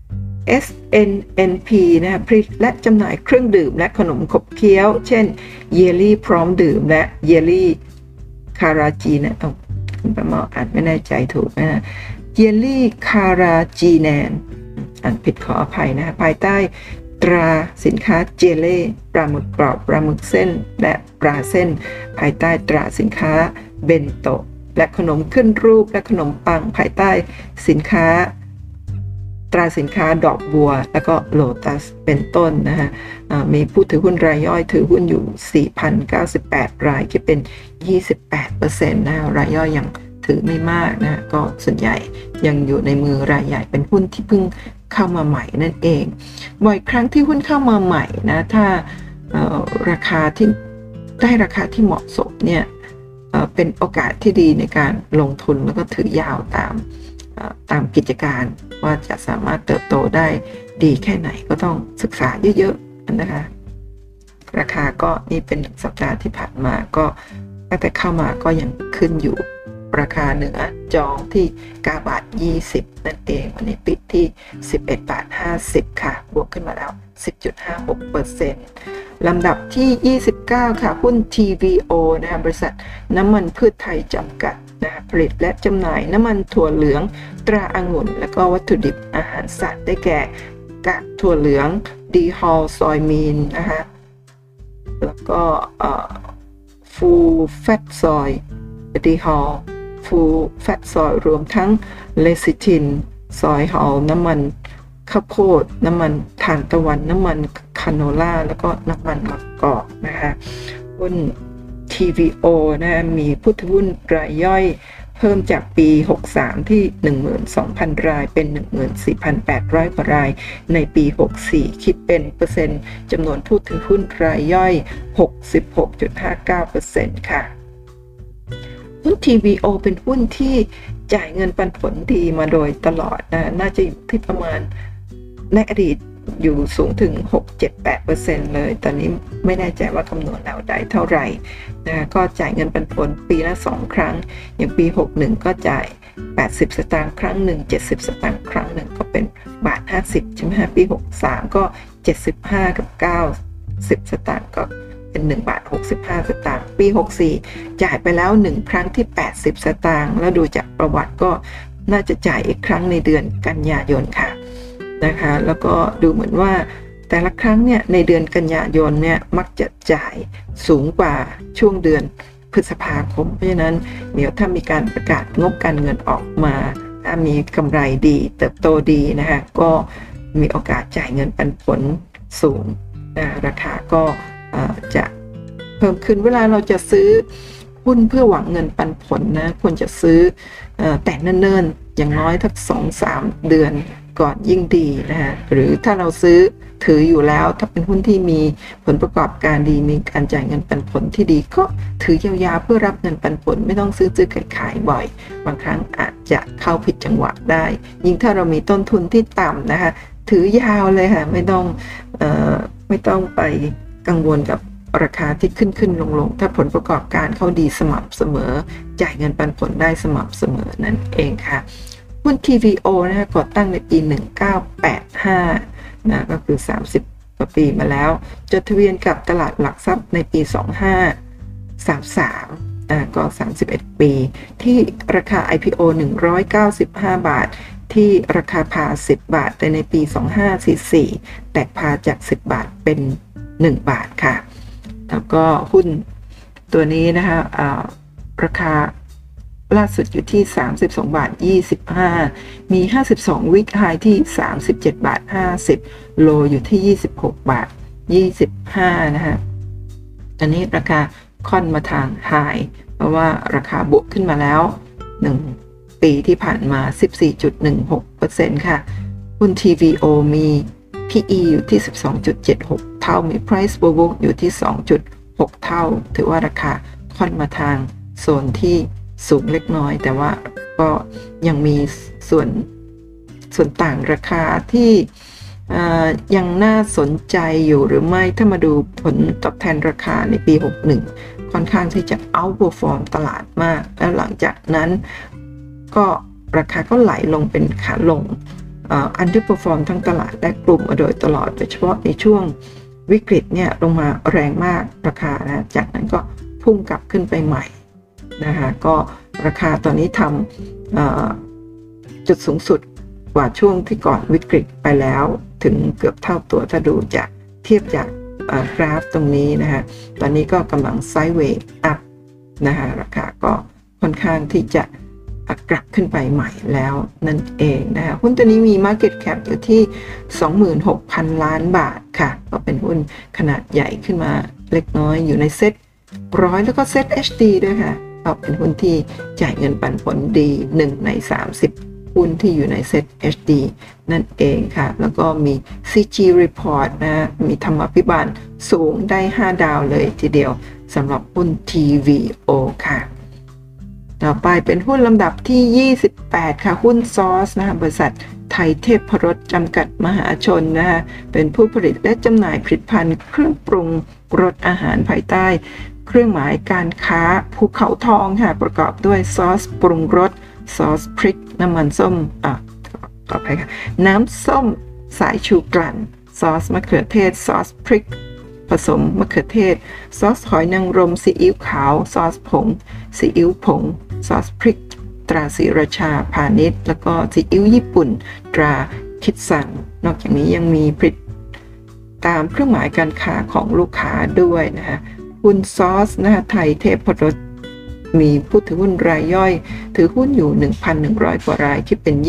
SNNP นะผลิตและจำหน่ายเครื่องดื่มและขนมขบเคี้ยวเช่นเยลลี่พร้อมดื่มและเยลลี่คาราจีนะคุณประมาอ่านไม่แน่ใจถูกนะเยลลี่คาราจีแนนอ่านผิดขออภัยนะภายใต้ตราสินค้าเจเล่ปลาหมึกกรอบปลาหมึกเส้นและปลาเส้นภายใต้ตราสินค้าเบนโตะและขนมขึ้นรูปและขนมปังภายใต้สินค้าตราสินค้าดอกบัวแล้วก็โลตัสเป็นต้นนะฮะมีผู้ถือหุ้นรายย่อยถือหุ้นอยู่ 4,098 รายคิดเป็น 28% นะรายย่อยยังถือไม่มากนะก็ส่วนใหญ่ยังอยู่ในมือรายใหญ่เป็นหุ้นที่เพิ่งเข้ามาใหม่นั่นเองบ่อยครั้งที่หุ้นเข้ามาใหม่นะถ้าราคาที่ได้ราคาที่เหมาะสมเนี่ยเป็นโอกาสที่ดีในการลงทุนแล้วก็ถือยาวตามกิจการว่าจะสามารถเติบโตได้ดีแค่ไหนก็ต้องศึกษาเยอะๆนะคะราคาก็นี่เป็นสัปดาห์ที่ผ่านมาก็ตั้งแต่เข้ามาก็ยังขึ้นอยู่ราคาเหนือจองที่9 บาท 20นั่นเองวันนี้ปิดที่11 บาท 50ค่ะบวกขึ้นมาแล้ว 10.56% ลำดับที่29ค่ะหุ้น TVO นะคะบริษัทน้ำมันพืชไทยจำกัดนะผลิตและจำหน่ายน้ำมันถั่วเหลืองตราองุ่นและก็วัตถุดิบอาหารสัตว์ได้แก่กากถั่วเหลืองดีฮอลซอยมีนนะคะแล้วก็ฟูลแฟตซอยดีฮอลฟูลแฟตซอยรวมทั้งเลซิทินซอยฮอลน้ำมันข้าวโพดน้ำมันทานตะวันน้ำมันคาโนล่าแล้วก็น้ำมันมะกอกนะคะหุ้น TVO นะมีผู้ถือหุ้นรายย่อยเพิ่มจากปี 63 ที่ 12,000 รายเป็น 14,800 กว่ารายในปี 64 คิดเป็นเปอร์เซ็นต์จำนวนผู้ถือหุ้นรายย่อย 66.59% ค่ะหุ้น TVO เป็นหุ้นที่จ่ายเงินปันผลดีมาโดยตลอดนะน่าจะอยู่ที่ประมาณในอดีตอยู่สูงถึง 6-7-8% เลยตอนนี้ไม่แน่ใจว่าคำนวณแล้วได้เท่าไหร่นะก็จ่ายเงินปันผลปีละ2ครั้งอย่างปี61ก็จ่าย80สตางค์ครั้งหนึ่ง70สตางค์ครั้งหนึ่งก็เป็นบาท50ใช่ไหมฮะปี63ก็75กับ90สตางค์ก็เป็น1บาท65สตางค์ปี64จ่ายไปแล้ว1ครั้งที่80สตางค์แล้วดูจากประวัติก็น่าจะจ่ายอีกครั้งในเดือนกันยายนค่ะนะคะแล้วก็ดูเหมือนว่าแต่ละครั้งเนี่ยในเดือนกันยายนเนี่ยมักจะจ่ายสูงกว่าช่วงเดือนพฤษภาคมเพราะฉะนั้นเดี๋ยวถ้ามีการประกาศงบการเงินออกมาถ้ามีกำไรดีเติบโตดีนะคะก็มีโอกาสจ่ายเงินปันผลสูงราคาก็จะเพิ่มขึ้นเวลาเราจะซื้อหุ้นเพื่อหวังเงินปันผลนะควรจะซื้อแต่เนิ่นๆอย่างน้อยทัก 2-3 เดือนก่อนยิ่งดีนะฮะหรือถ้าเราซื้อถืออยู่แล้วถ้าเป็นหุ้นที่มีผลประกอบการดีมีการจ่ายเงินปันผลที่ดีก็ถือยาวๆเพื่อรับเงินปันผลไม่ต้องซื้อขายบ่อยบางครั้งอาจจะเข้าผิดจังหวะได้ยิ่งถ้าเรามีต้นทุนที่ต่ำนะคะถือยาวเลยค่ะไม่ต้องไปกังวลกับราคาที่ขึ้นลงถ้าผลประกอบการเขาดีสม่ำเสมอจ่ายเงินปันผลได้สม่ำเสมอนั่นเองค่ะหุ้น TVO นะคะก่อตั้งในปี 1985นะก็คือ30 กว่าปีมาแล้วจดทะเบียนกับตลาดหลักทรัพย์ในปี 2533ก็31 ปีที่ราคา IPO 195 บาทที่ราคาพา10 บาทแต่ในปี 2544แตกพาจาก 10 บาทเป็น1 บาทค่ะแล้วก็หุ้นตัวนี้นะคะราคาล่าสุดอยู่ที่32บาท25มี52วิกไฮที่37บาท50โลอยู่ที่26บาท25นะคะอันนี้ราคาค่อนมาทางไฮเพราะว่าราคาบวกขึ้นมาแล้ว1ปีที่ผ่านมา 14.16% ค่ะหุ้น TVO มี PE อยู่ที่ 12.76 เท่ามี Price per book อยู่ที่ 2.6 เท่าถือว่าราคาค่อนมาทางโซนที่สูงเล็กน้อยแต่ว่าก็ยังมีส่วนต่างราคาที่ยังน่าสนใจอยู่หรือไม่ถ้ามาดูผลตอบแทนราคาในปี61ค่อนข้างที่จะ outperform ตลาดมากแล้วหลังจากนั้นก็ราคาก็ไหลลงเป็นขาลงunderperform ทั้งตลาดและกลุ่มมาโดยตลอดโดยเฉพาะในช่วงวิกฤตเนี่ยลงมาแรงมากราคานะจากนั้นก็พุ่งกลับขึ้นไปใหม่นะคะก็ราคาตอนนี้ทำจุดสูงสุดกว่าช่วงที่ก่อนวิกฤตไปแล้วถึงเกือบเท่าตัวถ้าดูจากเทียบจากกราฟตรงนี้นะคะตอนนี้ก็กำลังไซด์เวย์อัพนะคะราคาก็ค่อนข้างที่จะกลับขึ้นไปใหม่แล้วนั่นเองนะคะหุ้นตัวนี้มี Market Cap อยู่ที่ 26,000 ล้านบาทค่ะก็เป็นหุ้นขนาดใหญ่ขึ้นมาเล็กน้อยอยู่ในเซ็ต100แล้วก็เซ็ต HD ด้วยค่ะก็เป็นหุ้นที่จ่ายเงินปันผลดี1ใน30หุ้นที่อยู่ในเซ็ต HD นั่นเองค่ะแล้วก็มี CG Report นะมีธรรมาภิบาลสูงได้5 ดาวเลยทีเดียวสำหรับหุ้น TVO ค่ะต่อไปเป็นหุ้นลำดับที่28ค่ะหุ้นซอสนะคะบริษัทไทยเทพรสจำกัดมหาชนนะคะเป็นผู้ผลิตและจำหน่ายผลิตภัณฑ์เครื่องปรุงรสอาหารภายใต้เครื่องหมายการค้าภูเขาทองค่ะประกอบด้วยซอสปรุงรสซอสพริกน้ำมันส้มต่อไปค่ะน้ำส้มสายชูกลั่นซอสมะเขือเทศซอสพริกผสมมะเขือเทศซอสหอยนางรมซีอิ๊วขาวซอสผงซีอิ๊วผงซอสพริกตราศรีราชาพาณิชย์แล้วก็ซีอิ๊วญี่ปุ่นตราคิดซังนอกจากนี้ยังมีผลิตตามเครื่องหมายการค้าของลูกค้าด้วยนะคะหุ้นซอสนะคะไทยเทพรสมีผู้ถือหุ้นรายย่อยถือหุ้นอยู่ 1,100 กว่ารายคิดเป็น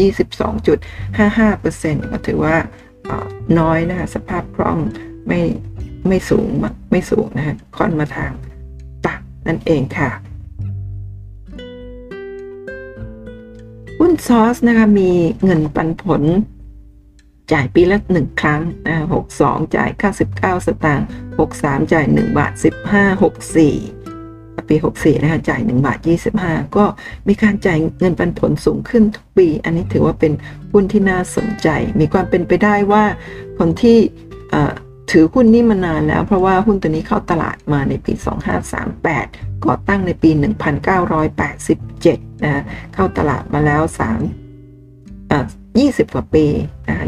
22.55% ก็ถือว่าน้อยนะคะสภาพคล่องไม่สูงนะคะค่อนมาทางต่ำนั่นเองค่ะหุ้นซอสนะคะมีเงินปันผลจ่ายปีละ1ครั้ง62จ่าย99 สตางค์63จ่าย1บาท15 64ปี64นะคะจ่าย1บาท25ก็มีการจ่ายเงินปันผลสูงขึ้นทุกปีอันนี้ถือว่าเป็นหุ้นที่น่าสนใจมีความเป็นไปได้ว่าคนที่ถือหุ้นนี้มานานแล้วเพราะว่าหุ้นตัวนี้เข้าตลาดมาในปี2538ก่อตั้งในปี1987นะเข้าตลาดมาแล้ว20 กว่าปีนะคะ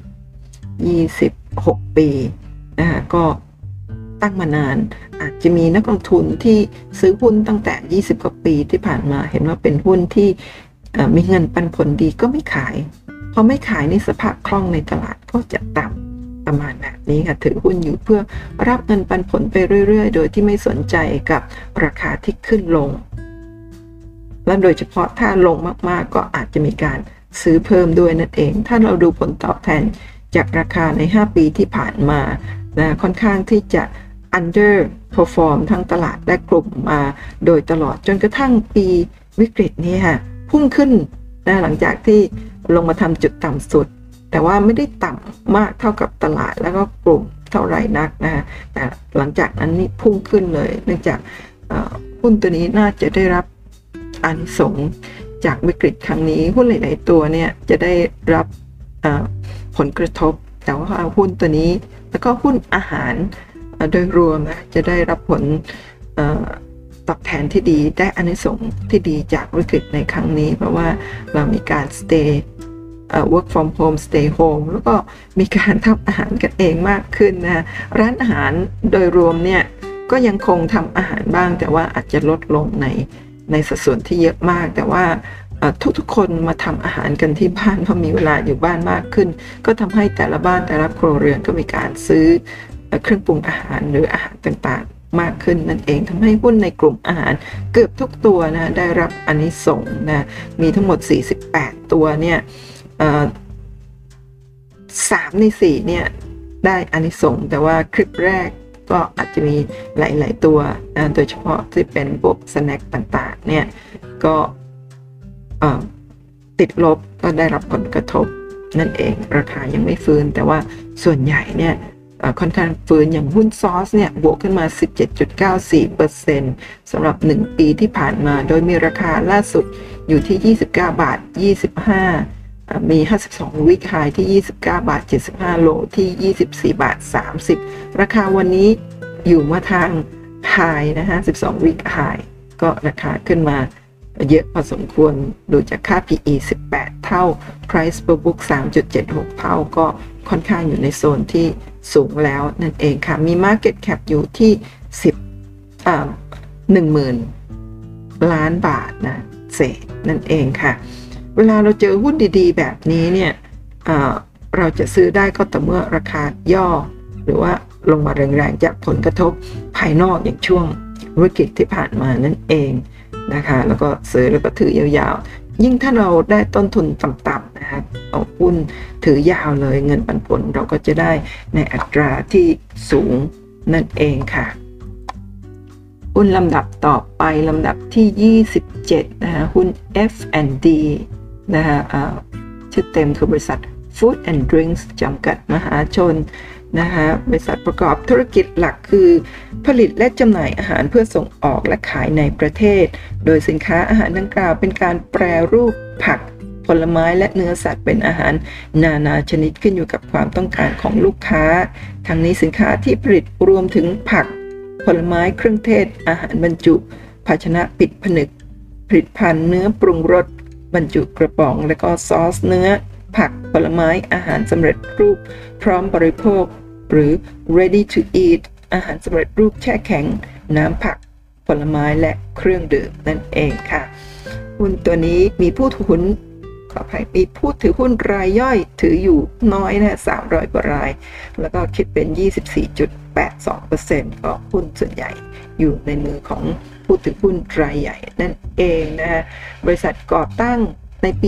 26 ปีนะคะก็ตั้งมานานอาจจะมีนักลงทุนที่ซื้อหุ้นตั้งแต่20 กว่าปีที่ผ่านมาเห็นว่าเป็นหุ้นที่มีเงินปันผลดีก็ไม่ขายพอไม่ขายในสภาพคล่องในตลาดก็จะต่ำประมาณแบบนี้ค่ะถือหุ้นอยู่เพื่อรับเงินปันผลไปเรื่อยๆโดยที่ไม่สนใจกับราคาที่ขึ้นลงและโดยเฉพาะถ้าลงมากๆก็อาจจะมีการซื้อเพิ่มด้วยนั่นเองถ้าเราดูผลตอบแทนจากราคาใน5ปีที่ผ่านมานะค่อนข้างที่จะ under perform ทั้งตลาดและกลุ่มมาโดยตลอดจนกระทั่งปีวิกฤตนี้ค่ะพุ่งขึ้นนะหลังจากที่ลงมาทำจุดต่ำสุดแต่ว่าไม่ได้ต่ำมากเท่ากับตลาดแล้วก็กลุ่มเท่าไหร่นักนะแต่หลังจากนั้นนี่พุ่งขึ้นเลยเนื่องจากหุ้นตัวนี้น่าจะได้รับอานิสงส์จากวิกฤตครั้งนี้หุ้นหลายๆตัวเนี่ยจะได้รับผลกระทบแต่ว่าหุ้นตัวนี้แล้วก็หุ้นอาหารโดยรวมนะจะได้รับผลตอบแทนที่ดีได้อานิสงส์ที่ดีจากวิกฤตในครั้งนี้เพราะว่าเรามีการ work from home stay home แล้วก็มีการทำอาหารกันเองมากขึ้นนะร้านอาหารโดยรวมเนี่ยก็ยังคงทำอาหารบ้างแต่ว่าอาจจะลดลงในสัดส่วนที่เยอะมากแต่ว่าทุกคนมาทำอาหารกันที่บ้านเพราะมีเวลาอยู่บ้านมากขึ้นก็ทำให้แต่ละบ้านแต่ละครัวเรือนก็มีการซื้อเครื่องปรุงอาหารหรืออาหารต่างๆมากขึ้นนั่นเองทำให้หุ้นในกลุ่มอาหารเกือบทุกตัวนะได้รับอานิสงส์นะมีทั้งหมด48ตัวเนี่ย3 ใน 4เนี่ยได้อานิสงส์แต่ว่าคลิปแรกก็อาจจะมีหลายๆตัวนะโดยเฉพาะที่เป็นพวกสแน็คต่างๆเนี่ยก็ติดลบก็ได้รับผลกระทบนั่นเองราคายังไม่ฟื้นแต่ว่าส่วนใหญ่เนี่ยค่อนข้างฟื้นอย่างหุ้นซอสเนี่ยบวกขึ้นมา 17.94% สำหรับ1ปีที่ผ่านมาโดยมีราคาล่าสุดอยู่ที่29 บาท 25มี52 week high ที่29 บาท 75 โลที่24 บาท 30ราคาวันนี้อยู่มาทาง high นะฮะ12 week high ก็ราคาขึ้นมาเยอะพอสมควรดูจากค่า PE 18 เท่า Price per book 3.76 เท่าก็ค่อนข้างอยู่ในโซนที่สูงแล้วนั่นเองค่ะมี Market Cap อยู่ที่10,000 ล้านบาทนะเศษนั่นเองค่ะเวลาเราเจอหุ้นดีๆแบบนี้เนี่ยเราจะซื้อได้ก็ต่อเมื่อราคาย่อหรือว่าลงมาแรงๆจากผลกระทบภายนอกอย่างช่วงวิกฤตที่ผ่านมานั่นเองนะคะแล้วก็ซื้อแล้วก็ถือยาวๆยิ่งถ้าเราได้ต้นทุนต่ำๆนะคะเอาหุ้นถือยาวเลยเงินปันผลเราก็จะได้ในอัตราที่สูงนั่นเองค่ะหุ้นลำดับต่อไปลำดับที่27นะคะหุ้น F&D นะคะชื่อเต็มคือบริษัท Food and Drinks จำกัดมหาชนนะคะบริษัทประกอบธุรกิจหลักคือผลิตและจำหน่ายอาหารเพื่อส่งออกและขายในประเทศโดยสินค้าอาหารดังกล่าวเป็นการแปรรูปผักผลไม้และเนื้อสัตว์เป็นอาหารนานาชนิดขึ้นอยู่กับความต้องการของลูกค้าทั้งนี้สินค้าที่ผลิตรวมถึงผักผลไม้เครื่องเทศอาหารบรรจุภาชนะปิดผนึกผลิตภัณฑ์เนื้อปรุงรสบรรจุกระป๋องและก็ซอสเนื้อผักผลไม้อาหารสำเร็จรูปพร้อมบริโภคหรือ ready to eat อาหารสำเร็จรูปแช่แข็งน้ำผักผลไม้และเครื่องดื่มนั่นเองค่ะหุ้นตัวนี้มีผู้ถือหุ้นขออภัยมีผู้ถือหุ้นรายย่อยถืออยู่น้อยนะ300 กว่ารายแล้วก็คิดเป็น 24.82% ก็หุ้นส่วนใหญ่อยู่ในมือของผู้ถือหุ้นรายใหญ่นั่นเองนะฮะบริษัทก่อตั้งในปี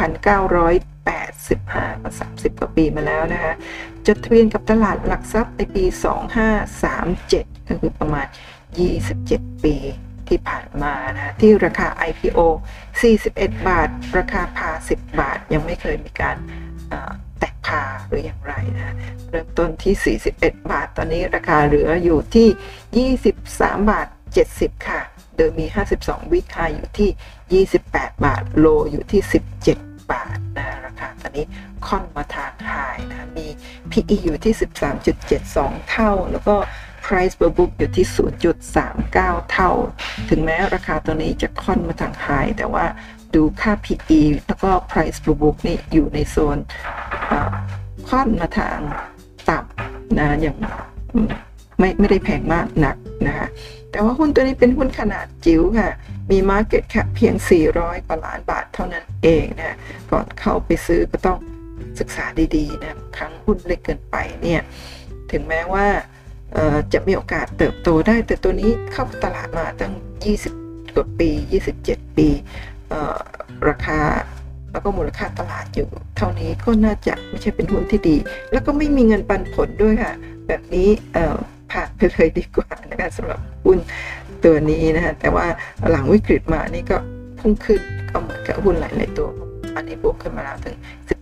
1985 ก็30 กว่าปีมาแล้วนะคะจดทะเบียนกับตลาดหลักทรัพย์ในปี 2537 ก็คือประมาณ 27 ปีที่ผ่านมานะที่ราคา IPO 41 บาทราคาพา10 บาทยังไม่เคยมีการแตกพาหรืออย่างไรนะเริ่มต้นที่41 บาทตอนนี้ราคาเหลืออยู่ที่23 บาท 70 ค่ะโดยมี52 วิคไฮอยู่ที่28 บาทโลอยู่ที่17 บาทนะราคาตอนนี้ค่อนมาทางไฮนะมี PE อยู่ที่ 13.72 เท่าแล้วก็Price per book อยู่ที่ 0.39 เท่าถึงแม้ราคาตัวนี้จะค่อนมาทางไฮแต่ว่าดูค่า PE แล้วก็ Price per book นี่อยู่ในโซนค่อนมาทางต่ำนะอย่างไม่ได้แพงมากนักนะคะแต่ว่าหุ้นตัวนี้เป็นหุ้นขนาดจิ๋วค่ะมี Market Cap เพียง400 กว่าล้านบาทเท่านั้นเองนะก่อนเข้าไปซื้อก็ต้องศึกษาดีๆนะครั้งหุ้นเล็กเกินไปเนี่ยถึงแม้ว่าจะมีโอกาสเติบโตได้แต่ตัวนี้เข้าตลาดมาตั้ง20 กว่าปี27 ปีราคาแล้วก็มูลค่าตลาดอยู่เท่านี้ก็น่าจะไม่ใช่เป็นหุ้นที่ดีแล้วก็ไม่มีเงินปันผลด้วยค่ะแบบนี้ผ่านไปเลยดีกว่านะคะสำหรับหุ้นตัวนี้นะคะแต่ว่าหลังวิกฤตมานี่ก็พุ่งขึ้นก็เหมือนกับหุ้นหลายๆตัวอันนี้บวกขึ้นมาแล้วถึง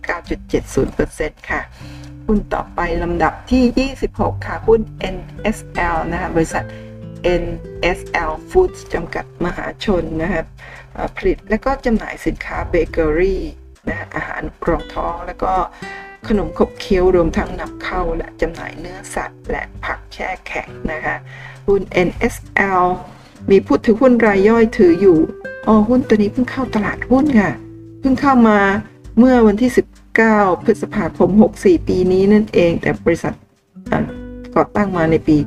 19.70% ค่ะหุ้นต่อไปลำดับที่26ค่ะหุ้น NSL นะคะบริษัท NSL Foods จำกัดมหาชนนะครับผลิตและก็จำหน่ายสินค้าเบเกอรี่นะอาหารรองท้องแล้วก็ขนมขบเคี้ยวรวมทั้งนำเข้าและจำหน่ายเนื้อสัตว์และผักแช่แข็งนะคะหุ้น NSL มีผู้ถือหุ้นรายย่อยถืออยู่หุ้นตัวนี้เพิ่งเข้าตลาดหุ้นค่ะเพิ่งเข้ามาเมื่อวันที่19 พฤษภาคม 64 ปีนี้นั่นเองแต่บริษัทก่อตั้งมาในปี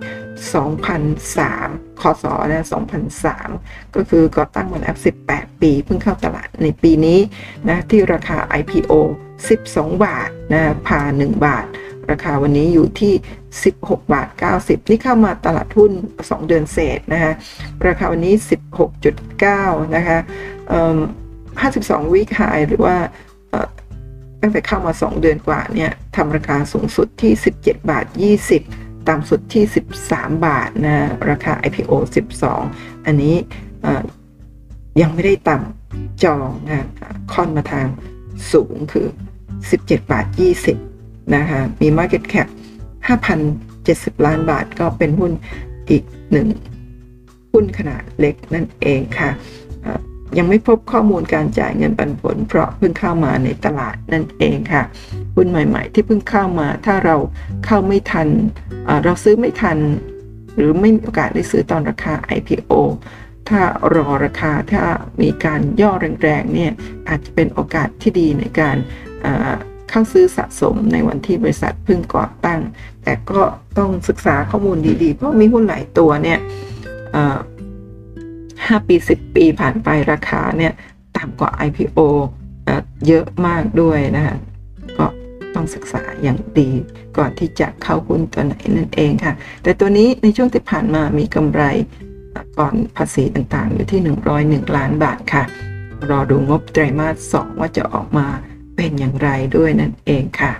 2003 คศนะ2003 ก็คือก่อตั้งมาแล้ว18 ปีเพิ่งเข้าตลาดในปีนี้นะที่ราคา IPO 12 บาทนะพา1 บาทราคาวันนี้อยู่ที่16 บาท 90 นี่เข้ามาตลาดหุ้น2 เดือนเศษนะคะราคาวันนี้ 16.9 นะคะ52 วีคไฮหรือว่าตั้งแต่เข้ามา2 เดือนกว่าเนี่ยทำราคาสูงสุดที่17 บาท 20 ต่ำสุดที่13 บาทนะราคา IPO 12 อันนี้ยังไม่ได้ต่ำจองนะค่อนมาทางสูงคือ17 บาท 20 นะคะมี Market Cap 5,070 ล้านบาทก็เป็นหุ้นอีก1หุ้นขนาดเล็กนั่นเองค่ะยังไม่พบข้อมูลการจ่ายเงินปันผลเพราะเพิ่งเข้ามาในตลาดนั่นเองค่ะหุ้นใหม่ๆที่เพิ่งเข้ามาถ้าเราเข้าไม่ทันเราซื้อไม่ทันหรือไม่มีโอกาสได้ซื้อตอนราคา IPO ถ้ารอราคาถ้ามีการย่อแรงๆเนี่ยอาจจะเป็นโอกาสที่ดีในการเข้าซื้อสะสมในวันที่บริษัทเพิ่งก่อตั้งแต่ก็ต้องศึกษาข้อมูลดีๆเพราะมีหุ้นหลายตัวเนี่ย5 ปี 10 ปีผ่านไปราคาเนี่ยต่ำกว่า IPO เยอะมากด้วยนะคะก็ต้องศึกษาอย่างดีก่อนที่จะเข้าหุ้นตัวไหนนั่นเองค่ะแต่ตัวนี้ในช่วงที่ผ่านมามีกำไรก่อนภาษีต่างๆอยู่ที่101 ล้านบาทค่ะรอดูงบไตรมาส 2ว่าจะออกมาเป็นอย่างไรด้วยนั่นเองค่ะ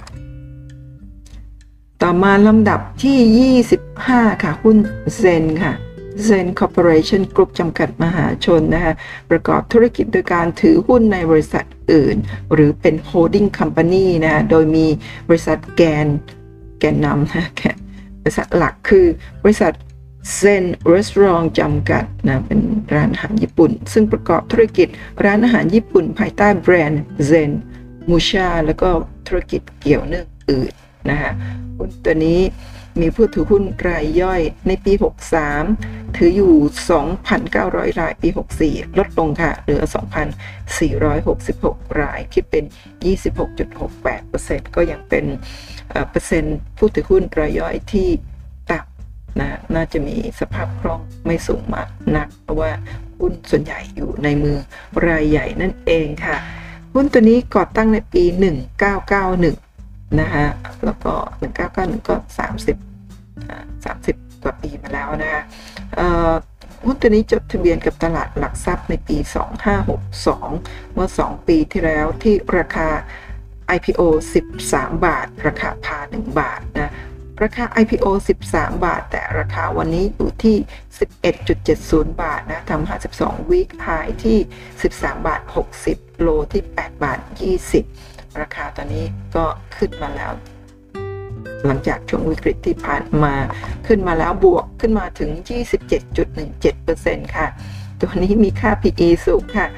ต่อมาลำดับที่25ค่ะหุ้นเซนค่ะZen Corporation Group จำกัดมหาชนนะคะประกอบธุรกิจโดยการถือหุ้นในบริษัทอื่นหรือเป็น Holding Company นะโดยมีบริษัทแกนนำนะบริษัทหลักคือบริษัท Zen Restaurant จำกัดนะเป็นร้านอาหารญี่ปุ่นซึ่งประกอบธุรกิจร้านอาหารญี่ปุ่นภายใต้แบรนด์ Zen Musha แล้วก็ธุรกิจเกี่ยวเนื่องอื่นนะคะหุ้นตัวนี้มีผู้ถือหุ้นรายย่อยในปี 63 ถืออยู่ 2,900 รายปี 64 ลดลงค่ะเหลือ 2,466 รายคิดเป็น 26.68% ก็ยังเป็นเปอร์เซ็นต์ผู้ถือหุ้นรายย่อยที่ต่ำนะน่าจะมีสภาพคล่องไม่สูงมากนักเพราะว่าหุ้นส่วนใหญ่อยู่ในมือรายใหญ่นั่นเองค่ะหุ้นตัวนี้ก่อตั้งในปี 1991 นะฮะแล้วก็ 1991 ก็ 30 กว่าปีมาแล้วนะฮะหุ้นตัวนี้จดทะเบียนกับตลาดหลักทรัพย์ในปี 2562 เมื่อ 2 ปีที่แล้วที่ราคา IPO 13 บาทราคาพา1 บาทนะราคา IPO 13 บาทแต่ราคาวันนี้อยู่ที่ 11.70 บาทนะทำ52 week high ที่ 13 บาท 60 โลที่ 8 บาท 20 ราคาตอนนี้ก็ขึ้นมาแล้วหลังจากช่วงวิกฤตที่ผ่านมาขึ้นมาแล้วบวกขึ้นมาถึง 27.17% ค่ะตัวนี้มีค่า PE สูงค่ะ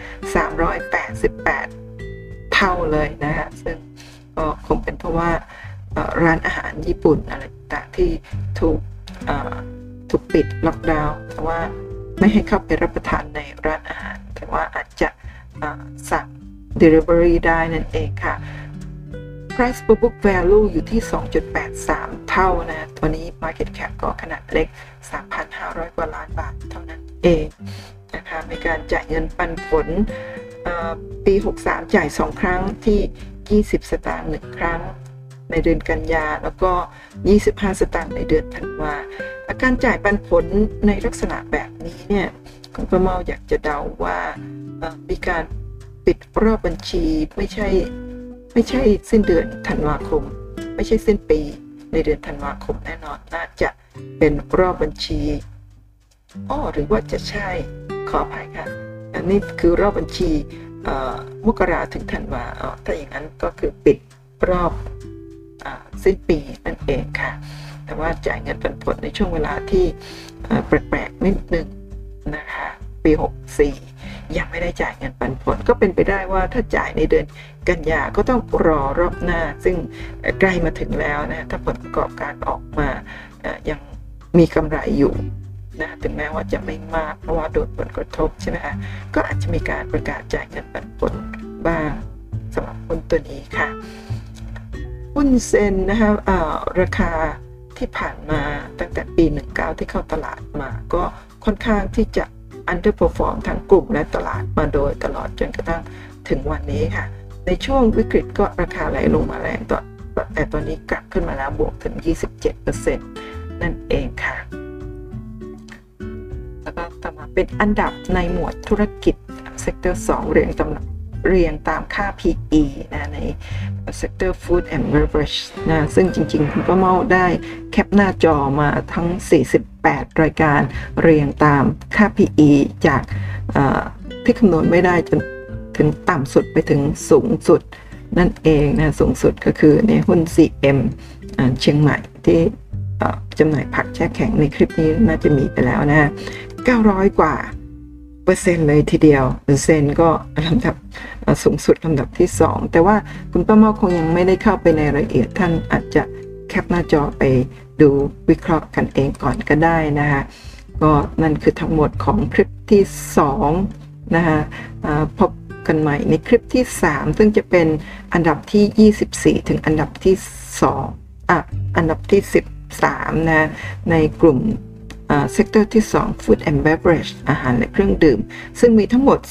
388 เท่าเลยนะฮะซึ่งก็คงเป็นเพราะว่าร้านอาหารญี่ปุ่นอะไรต่างที่ถูกปิดล็อกดาวน์แต่ว่าไม่ให้เข้าไปรับประทานในร้านอาหารแต่ว่าอาจจะสั่ง delivery ได้นั่นเองค่ะ price per book value อยู่ที่ 2.83 เท่านะตัวนี้ market cap ก็ขนาดเล็ก 3,500 กว่าล้านบาทเท่านั้นเองนะคะมีการจ่ายเงินปันผลปี 63 จ่าย 2 ครั้งที่ 20 สตางค์ 1 ครั้งในเดือนกันยาแล้วก็ 25 สตางค์ในเดือนธันวาการจ่ายปันผลในลักษณะแบบนี้เนี่ยคุณประเมาอยากจะเดาว่ามีการปิดรอบบัญชีไม่ใช่สิ้นเดือนธันวาคมไม่ใช่สิ้นปีในเดือนธันวาคมแน่นอนน่าจะเป็นรอบบัญชีหรือว่าจะใช่ขออภัยค่ะอันนี้คือรอบบัญชีมกราถึงธันวาถ้าอย่างนั้นก็คือปิดรอบสิ้นปีนั่นเองค่ะแต่ว่าจ่ายเงินปันผลในช่วงเวลาที่แปลกๆนิดนึงนะคะปี 64ยังไม่ได้จ่ายเงินปันผลก็เป็นไปได้ว่าถ้าจ่ายในเดือนกันยาก็ต้องรอรอบหน้าซึ่งใกล้มาถึงแล้วนะถ้าผลประกอบการออกมายังมีกำไรอยู่นะถึงแม้ว่าจะไม่มากเพราะว่าโดนผลกระทบใช่ไหมคะก็อาจจะมีการประกาศจ่ายเงินปันผลบ้างสำหรับหุ้นตัวนี้ค่ะหุ้นเซ็นนะคะราคาที่ผ่านมาตั้งแต่ปี 19 ที่เข้าตลาดมาก็ค่อนข้างที่จะ underperform ทั้งกลุ่มและตลาดมาโดยตลอดจนกระทั่งถึงวันนี้ค่ะในช่วงวิกฤตก็ราคาไหลลงมาแรงแต่ตอนนี้กลับขึ้นมาแล้วบวกถึง 27% นั่นเองค่ะแล้วก็ต่อมาเป็นอันดับในหมวดธุรกิจเซกเตอร์ 2 เรียงตามค่า PE นะใน Sector Food and Beverage นะซึ่งจริงๆคุณป้าเมาได้แคปหน้าจอมาทั้ง48รายการเรียงตามค่า PE จากที่คำนวณไม่ได้จนถึงต่ำสุดไปถึงสูงสุดนั่นเองนะสูงสุดก็คือในหุ้น CM เชียงใหม่ที่จำหน่ายผักแช่แข็งในคลิปนี้น่าจะมีไปแล้วนะ900 กว่าเปอร์เซ็นต์เลยทีเดียวเซ็นก็ลำดับสูงสุดลำดับที่2แต่ว่าคุณป้าเมาคงยังไม่ได้เข้าไปในรายละเอียดท่านอาจจะแคปหน้าจอไปดูวิเคราะห์กันเองก่อนก็ได้นะคะก็นั่นคือทั้งหมดของคลิปที่2นะคะพบกันใหม่ในคลิปที่3ซึ่งจะเป็นอันดับที่24ถึงอันดับที่อันดับที่13นะในกลุ่มเซกเตอร์ที่2 Food and Beverage อาหารและเครื่องดื่มซึ่งมีทั้งหมด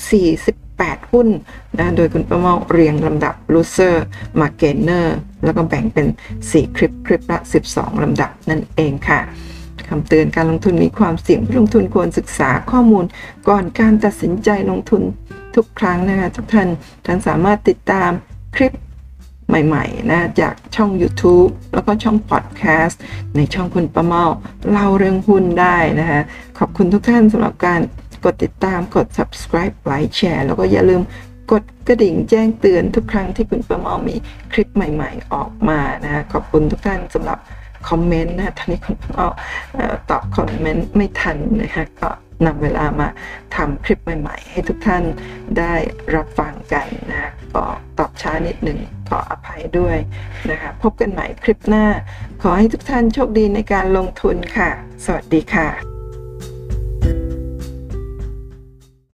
48หุ้นนะโดยคุณประเมาเรียงลำดับ Loser มา Gainer แล้วก็แบ่งเป็น4คลิปละ12ลำดับนั่นเองค่ะคำเตือนการลงทุนมีความเสี่ยงผู้ลงทุนควรศึกษาข้อมูลก่อนการตัดสินใจลงทุนทุกครั้งนะคะทุกท่านสามารถติดตามคลิปใหม่ๆนะจากช่อง YouTube แล้วก็ช่อง Podcast ในช่องคุณป้าเมาเล่าเรื่องหุ้นได้นะคะขอบคุณทุกท่านสำหรับการกดติดตามกด Subscribe ไลค์แชร์แล้วก็อย่าลืมกดกระดิ่งแจ้งเตือนทุกครั้งที่คุณป้าเมามีคลิปใหม่ๆออกมานะขอบคุณทุกท่านสำหรับคอมเมนต์นะตอนนี้คุณป้าเมาตอบคอมเมนต์ไม่ทันนะคะก็นำเวลามาทำคลิปใหม่ๆให้ทุกท่านได้รับฟังกันนะก็ตอบช้านิดหนึ่งขออภัยด้วยนะคะพบกันใหม่คลิปหน้าขอให้ทุกท่านโชคดีในการลงทุนค่ะสวัสดีค่ะ